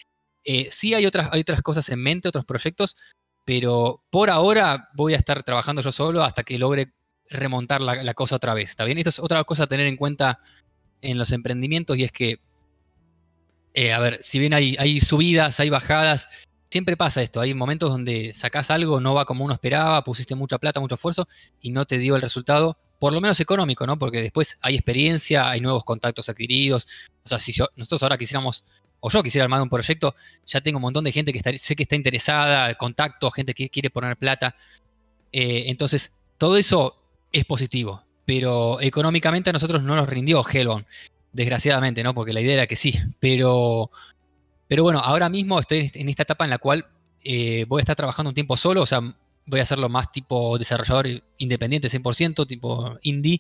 Sí hay otras cosas en mente, otros proyectos, pero por ahora voy a estar trabajando yo solo hasta que logre remontar la cosa otra vez, ¿está bien? Esto es otra cosa a tener en cuenta en los emprendimientos y es que, a ver, si bien hay subidas, hay bajadas, siempre pasa esto, hay momentos donde sacás algo, no va como uno esperaba, pusiste mucha plata, mucho esfuerzo y no te dio el resultado, por lo menos económico, ¿no? Porque después hay experiencia, hay nuevos contactos adquiridos, o sea, si nosotros ahora quisiéramos, o yo quisiera armar un proyecto, ya tengo un montón de gente que sé que está interesada, contacto, gente que quiere poner plata, entonces todo eso es positivo, pero económicamente a nosotros no nos rindió Hellbound, desgraciadamente, ¿no? Porque la idea era que sí, pero bueno, ahora mismo estoy en esta etapa en la cual voy a estar trabajando un tiempo solo, o sea, voy a hacerlo más tipo desarrollador independiente, 100%, tipo indie,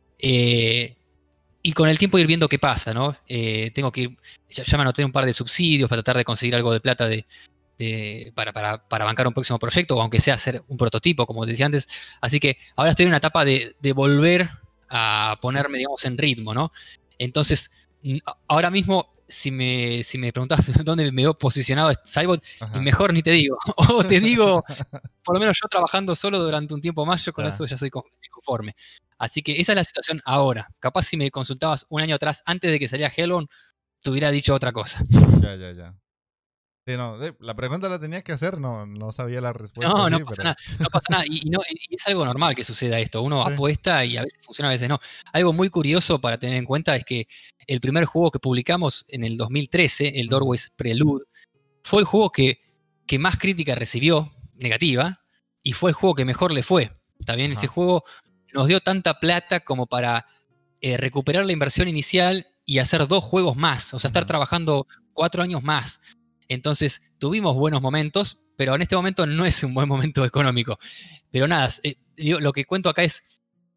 y con el tiempo ir viendo qué pasa, ¿no? Tengo que ir, ya me anoté un par de subsidios para tratar de conseguir algo de plata para bancar un próximo proyecto, o aunque sea hacer un prototipo, como decía antes. Así que ahora estoy en una etapa de volver a ponerme, digamos, en ritmo, ¿no? Entonces, ahora mismo, si me preguntas dónde me veo posicionado Cybot, y mejor ni te digo. O te digo, por lo menos yo trabajando solo durante un tiempo más, yo con eso ya soy conforme. Así que esa es la situación ahora. Capaz si me consultabas un año atrás, antes de que saliera Hellbound, te hubiera dicho otra cosa. Ya. Sí, no, la pregunta la tenía que hacer, no sabía la respuesta. No pasa nada. No pasa nada. Y es algo normal que suceda esto. Uno apuesta y a veces funciona, a veces no. Algo muy curioso para tener en cuenta es que el primer juego que publicamos en el 2013, el Doorways Prelude, fue el juego que más crítica recibió, negativa, y fue el juego que mejor le fue. ¿Está bien? Ese juego nos dio tanta plata como para recuperar la inversión inicial y hacer 2 juegos más. O sea, estar trabajando 4 años más. Entonces, tuvimos buenos momentos, pero en este momento no es un buen momento económico. Pero nada, lo que cuento acá es,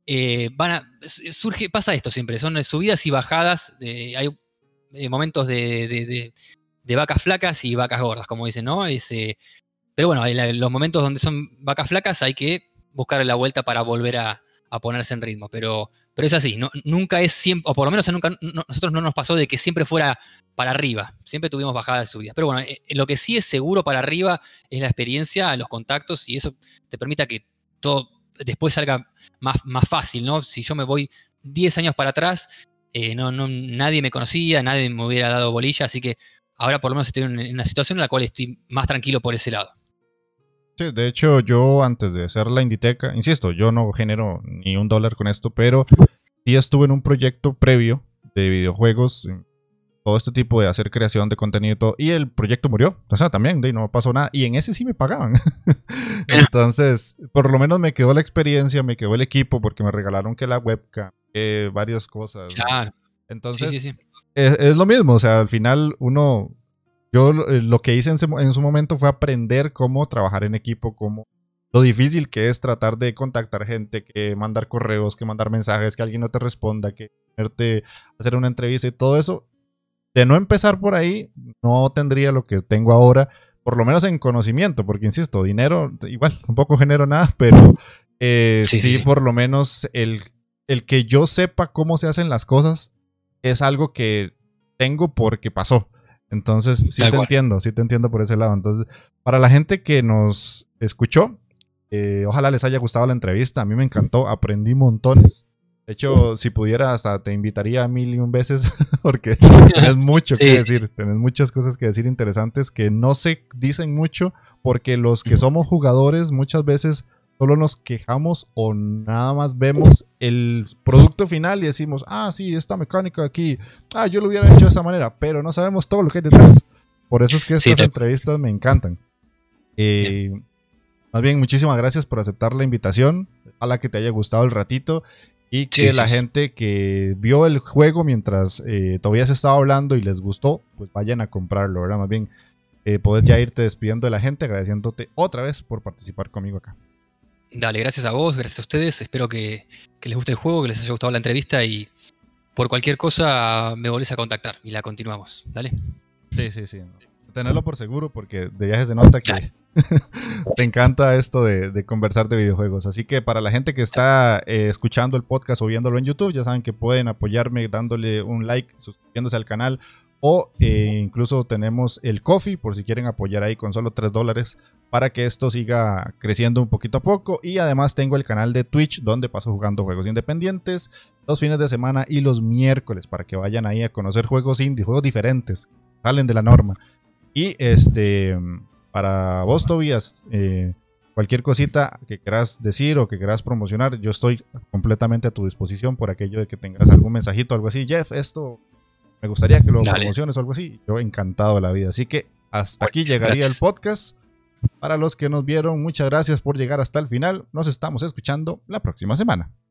pasa esto siempre, son subidas y bajadas, hay momentos de vacas flacas y vacas gordas, como dicen, ¿no? Pero bueno, los momentos donde son vacas flacas hay que buscar la vuelta para volver a ponerse en ritmo, pero es así, nunca es siempre, o por lo menos nosotros no nos pasó de que siempre fuera para arriba, siempre tuvimos bajadas y subidas, pero bueno, lo que sí es seguro para arriba es la experiencia, los contactos, y eso te permita que todo después salga más fácil, ¿no? Si yo me voy 10 años para atrás, nadie me conocía, nadie me hubiera dado bolilla, así que ahora por lo menos estoy en una situación en la cual estoy más tranquilo por ese lado. Sí, de hecho yo antes de hacer la Inditeca, insisto, yo no genero ni $1 con esto, pero sí estuve en un proyecto previo de videojuegos, todo este tipo de hacer creación de contenido y todo, y el proyecto murió, o sea, también, no pasó nada, y en ese sí me pagaban. Entonces, por lo menos me quedó la experiencia, me quedó el equipo, porque me regalaron que la webcam, varias cosas. Claro. Entonces, sí. Es lo mismo, o sea, al final yo lo que hice en su momento fue aprender cómo trabajar en equipo, lo difícil que es tratar de contactar gente, que mandar correos, que mandar mensajes, que alguien no te responda, que hacer una entrevista y todo eso. De no empezar por ahí, no tendría lo que tengo ahora, por lo menos en conocimiento, porque insisto, dinero, igual, tampoco genero nada, pero sí, por lo menos el que yo sepa cómo se hacen las cosas es algo que tengo porque pasó. Entonces, sí te entiendo por ese lado. Entonces, para la gente que nos escuchó, ojalá les haya gustado la entrevista. A mí me encantó, aprendí montones. De hecho, si pudiera, hasta te invitaría a 1001 veces, porque tenés mucho que decir, tenés muchas cosas que decir interesantes que no se dicen mucho, porque los que somos jugadores muchas veces solo nos quejamos o nada más vemos el producto final y decimos, sí, esta mecánica aquí, yo lo hubiera hecho de esa manera, pero no sabemos todo lo que hay detrás. Por eso es que estas entrevistas me encantan. Más bien, muchísimas gracias por aceptar la invitación. Ojalá que te haya gustado el ratito y que la gente que vio el juego mientras todavía se estaba hablando y les gustó, pues vayan a comprarlo, ¿verdad? Más bien, podés ya irte despidiendo de la gente, agradeciéndote otra vez por participar conmigo acá. Dale, gracias a vos, gracias a ustedes. Espero que les guste el juego, que les haya gustado la entrevista y por cualquier cosa me volvés a contactar y la continuamos. Dale. Sí. Tenerlo por seguro porque de viajes se nota que te encanta esto de conversar de videojuegos. Así que para la gente que está escuchando el podcast o viéndolo en YouTube, ya saben que pueden apoyarme dándole un like, suscribiéndose al canal o incluso tenemos el Ko-fi por si quieren apoyar ahí con solo $3 para que esto siga creciendo un poquito a poco. Y además tengo el canal de Twitch donde paso jugando juegos independientes los fines de semana y los miércoles para que vayan ahí a conocer juegos indie, juegos diferentes, salen de la norma. Y para vos, Tobías, cualquier cosita que quieras decir o que quieras promocionar, yo estoy completamente a tu disposición por aquello de que tengas algún mensajito o algo así. Jeff, esto me gustaría que lo promociones o algo así. Yo encantado de la vida. Así que hasta aquí llegaría el podcast. Para los que nos vieron, muchas gracias por llegar hasta el final. Nos estamos escuchando la próxima semana.